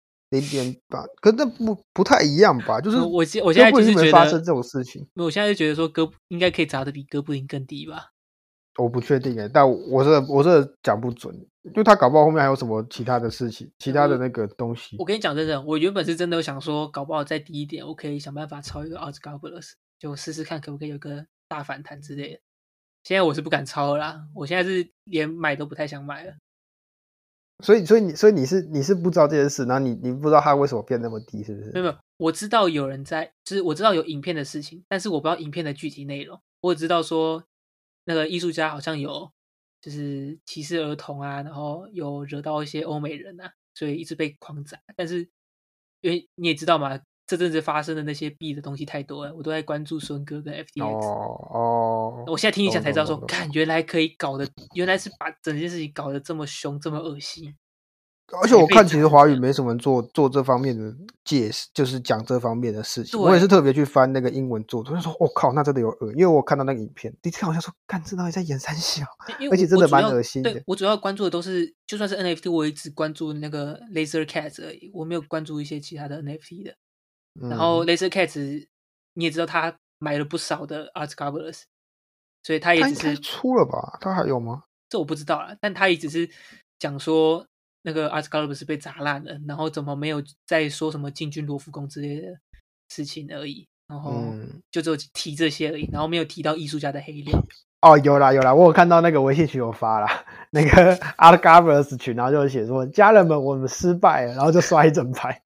0.8，可是那不太一样吧？就是我现在就是觉得发生这种事情， 我现在就觉得说应该可以砸的比哥布林更低吧。 我不确定但我这讲不准，因为他搞不好后面还有什么其他的事情，其他的那个东西。 我跟你讲真的，我原本是真的想说，搞不好再低一点，我可以想办法抄一个 Outgoblers， 就试试看可不可以有个大反弹之类的。现在我是不敢抄了啦，我现在是连买都不太想买了。 所以你是不知道这件事，然后你不知道它为什么变那么低，是不是？ 没有，我知道有人在，就是我知道有影片的事情，但是我不知道影片的具体内容。我只知道说那个艺术家好像有就是歧视儿童啊，然后有惹到一些欧美人啊，所以一直被狂砸。但是因为你也知道嘛，这阵子发生的那些币的东西太多了，我都在关注孙哥跟 FTX。我现在听你讲才知道说，看原来可以搞的，原来是把整件事情搞得这么凶，这么恶心。 而且我看其实华语没什么人做这方面的解释，就是讲这方面的事情。我也是特别去翻那个英文作者，就说我靠，那真的有恶，因为我看到那个影片，第一次好像说，干这到底在演三小，而且真的蛮恶心的。 对，我主要关注的都是，就算是 NFT， 我也只关注那个 Laser Cats 而已，我没有关注一些其他的 NFT 的。然后 Laser Cats 你也知道他买了不少的 Outgoblers， 所以他也只是出了吧？他还有吗？ 这我不知道啦，但他也只是讲说那个 Outgoblers 被砸烂了，然后怎么没有再说什么进军罗浮宫之类的事情而已，然后就只有提这些而已，然后没有提到艺术家的黑料。 哦，有啦，我有看到那个微信群有发啦，那个 Outgoblers 群，然后就写说家人们我们失败了，然后就刷一整排。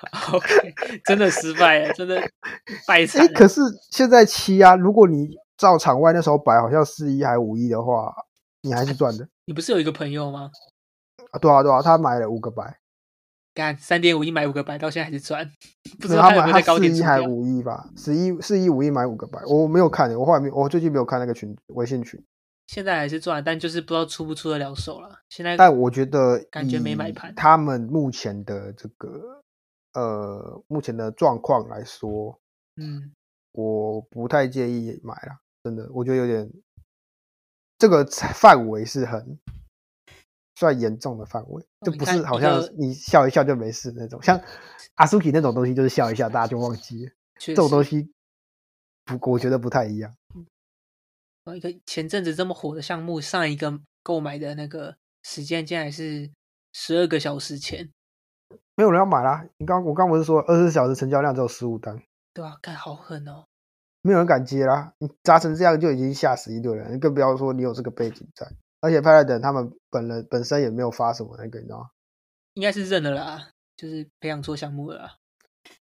OK， 真的失败了，真的败惨了。 可是现在7啊，如果你照场外那时候摆好像4亿还5亿的话，你还是赚的。 你不是有一个朋友吗？ 对啊，他买了5个摆， 干3.5亿买5个摆，到现在还是赚。不知道他有没有在高点出掉。 4亿还5亿吧，4亿5亿买5个摆，我没有看，我最近没有看那个微信群。 现在还是赚，但就是不知道出不出得了手了。现在， 但我觉得感觉没买盘。 他们目前的这个目前的状况来说，我不太建议买啦，真的，我觉得有点这个范围是很算严重的范围，就不是好像你笑一笑就没事那种，像阿苏 k 那种东西就是笑一笑大家就忘记了，这种东西我觉得不太一样。 一个前阵子这么火的项目，上一个购买的那个时间竟然是12个小时前， 没有人要买啦。我刚不是说24小时成交量只有15单， 对啊，干好狠哦， 没有人敢接啦。你砸成这样就已经吓死一堆人，更不要说你有这个背景在。而且Paladin他们本身也没有发什么那个，你知道吗？ 应该是认了啦，就是培养错项目了啦。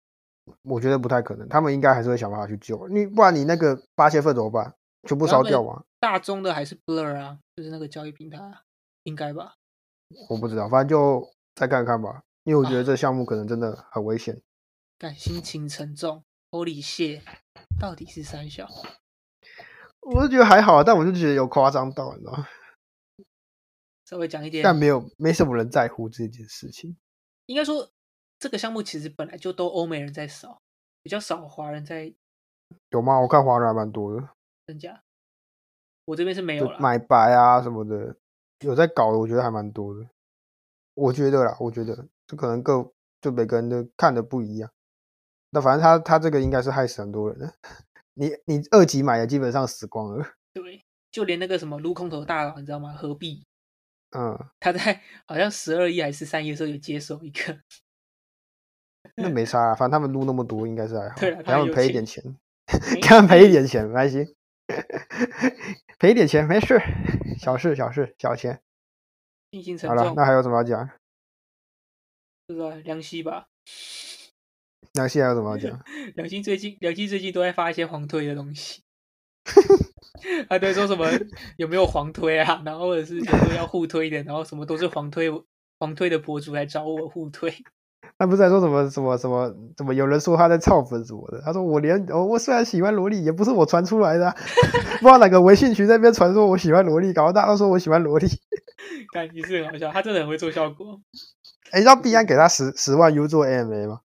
我觉得不太可能，他们应该还是会想办法去救，不然你那个8千份怎么办？全部烧掉吗？ 大宗的还是 Blur 啊，就是那个交易平台啊，应该吧？ 我不知道，反正就再看看吧，因为我觉得这项目可能真的很危险。 心情沉重，Holy shit，到底是三小？ 我是觉得还好，但我就觉得有夸张到，你知道吗？ 稍微讲一点， 但没什么人在乎这件事情。 应该说，这个项目其实本来就都欧美人在扫，比较少华人在。 有吗？我看华人还蛮多的。 真假？我这边是没有啦。 买白啊什么的，有在搞的，我觉得还蛮多的。我觉得啦，我觉得这可能就每个人的看的不一样。那反正他这个应该是害死很多人的。你2级买的基本上死光了。 对，就连那个什么撸空头大佬，你知道吗？何必？ 嗯， 他在好像12亿还是13亿的时候有接手一个。 那没差啊，反正他们撸那么多，应该是还好。 对了， 给他们赔一点钱， 给他们赔一点钱，没关系。赔一点钱没事，小事小钱。 心情沉好了，那还有什么要讲？ 不知道梁希吧？ 梁希还有什么要讲？ 梁希最近都在发一些黄推的东西。他对说什么有没有黄推啊，然后或者是就说要互推的，然后什么都是黄推的博主来找我互推。 他不是在说什么？有人说他在操粉什么的。他说我虽然喜欢萝莉，也不是我传出来的、啊，不知道哪个微信群在那边传说我喜欢萝莉，搞得大家都说我喜欢萝莉。 感觉是很好笑，他真的很会做效果。 你知道币安给他10万 U 做 AMA 吗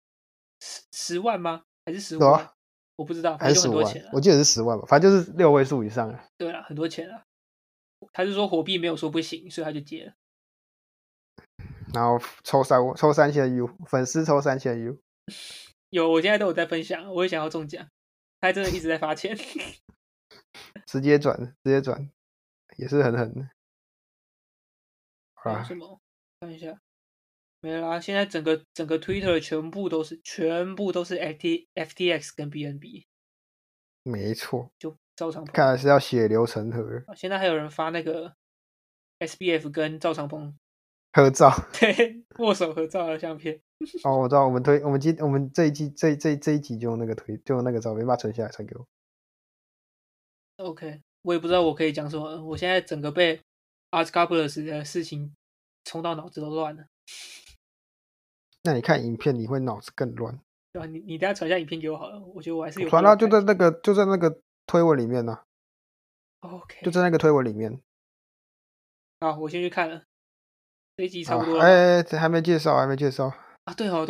？10万吗？还是15万？我不知道， 还是15万？我记得是10万吧，反正就是6位数以上。 对啊，很多钱啊。他是说火币没有说不行，所以他就接了。 然后抽3000 U， 粉丝抽3000 U。 有，我现在都有在分享，我也想要中奖。他真的一直在发钱。 直接转，也是很狠的。 还有什么？看一下，没啦。现在整个 Twitter 全部都是 FTX 跟 BNB。 没错， 就赵长鹏， 看来是要血流成河。 现在还有人发那个 SBF 跟赵长鹏合照， 对，握手合照的相片。 哦，我知道，我们这一集就用那个就用那个照片把它存下来传给我。 OK， 我也不知道我可以讲什么，我现在整个被 Artcouples 的事情冲到脑子都乱了。 那你看影片你会脑子更乱。 对吧？你等下传一下影片给我好了，我觉得我还是有。 传到就在那个推文里面呢、 啊。OK， 就在那个推文里面。 好，我先去看了。这一集差不多了。 还没介绍啊， 对哦。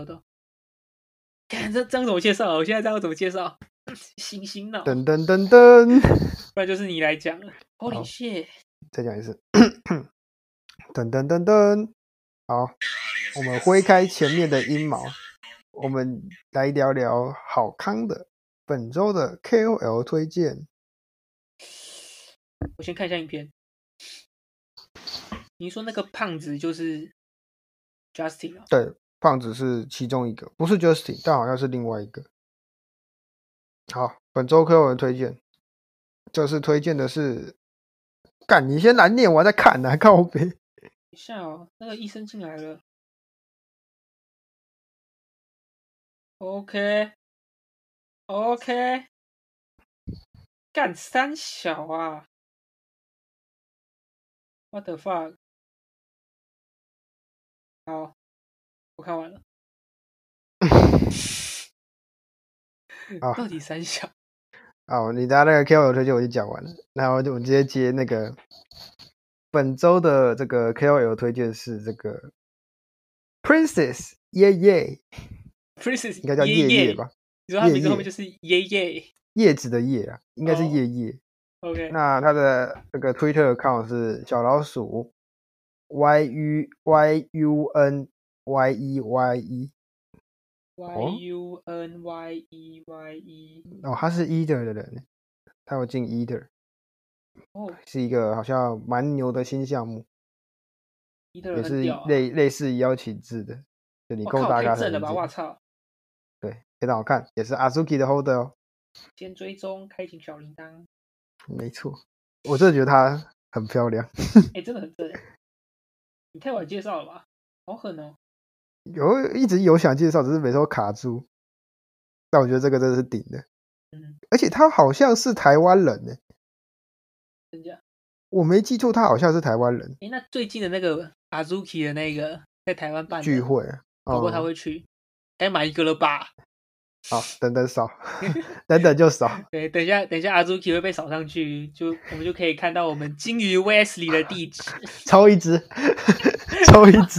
看这样怎么介绍？我现在这样怎么介绍？星星脑。 噔噔噔噔， 不然就是你来讲了。Holy shit！ 再讲一次。噔噔噔噔，好，我们挥开前面的阴谋，我们来聊聊好康的本周的 KOL 推荐。 我先看一下影片。你说那个胖子就是 Justin 啊？ 对，胖子是其中一个，不是 Justin， 但好像是另外一个。好，本周 KOL 推荐，这次推荐的是，干，你先来念，我还在看呢，靠北。 等一下哦，那个医生进来了。OK， 干三小啊 ！What the fuck？ 好，我看完了。到底三小？ 好，你的那个 KOL 推荐我就讲完了，然后我直接接那个本周的这个 KOL 推荐是这个 Princess 耶耶 ，Princess 应该叫叶叶吧？ 你说他名字后面就是耶耶， 叶子的叶啊，应该是叶叶。 OK， 那他的这个 Twitter account 是小老鼠 YUNYEYE。 YUNYEYE。 哦，他是 Eater 的人，他有进 Eater，是一个好像蛮牛的新项目，也是类似邀请制的，就你够大咖才能进。 我操！ 对，非常好看，也是 Azuki 的 Holder 哦。 先追踪，开启小铃铛。 没错，我真的觉得她很漂亮。 真的很正。你太晚介绍了吧？好狠哦！ 一直有想介绍，只是每次都卡住。但我觉得这个真的是顶的，而且他好像是台湾人呢。 真假？ 我没记错，他好像是台湾人。 那最近的那个 Azuki 的那个在台湾办的聚会， 不过他会去，该买一个了吧？ 好，等等扫，等等就扫。 对，等一下 Azuki 会被扫上去，我们就可以看到我们金鱼 Wesley 的地址， 抽一只，抽一只。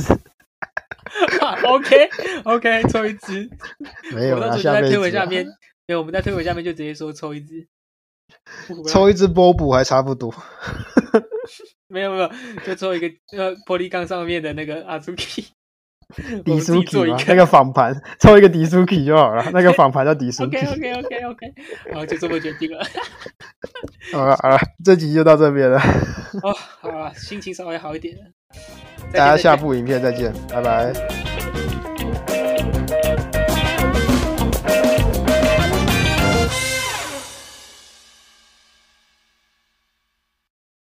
OK， 抽一只。 没有啦， 我到时候就在推文下面，没有，我们在推文下面就直接说抽一只， 抽一只波补还差不多。 没有，就抽一个玻璃缸上面的那个 Azuki。 迪苏 K 吗？那个仿盘，抽一个迪苏 K 就好了。那个仿盘叫迪苏 K。 OK， 好，就这么决定了。 好了，这集就到这边了。 好了，心情稍微好一点了。 大家下部影片再见，拜拜。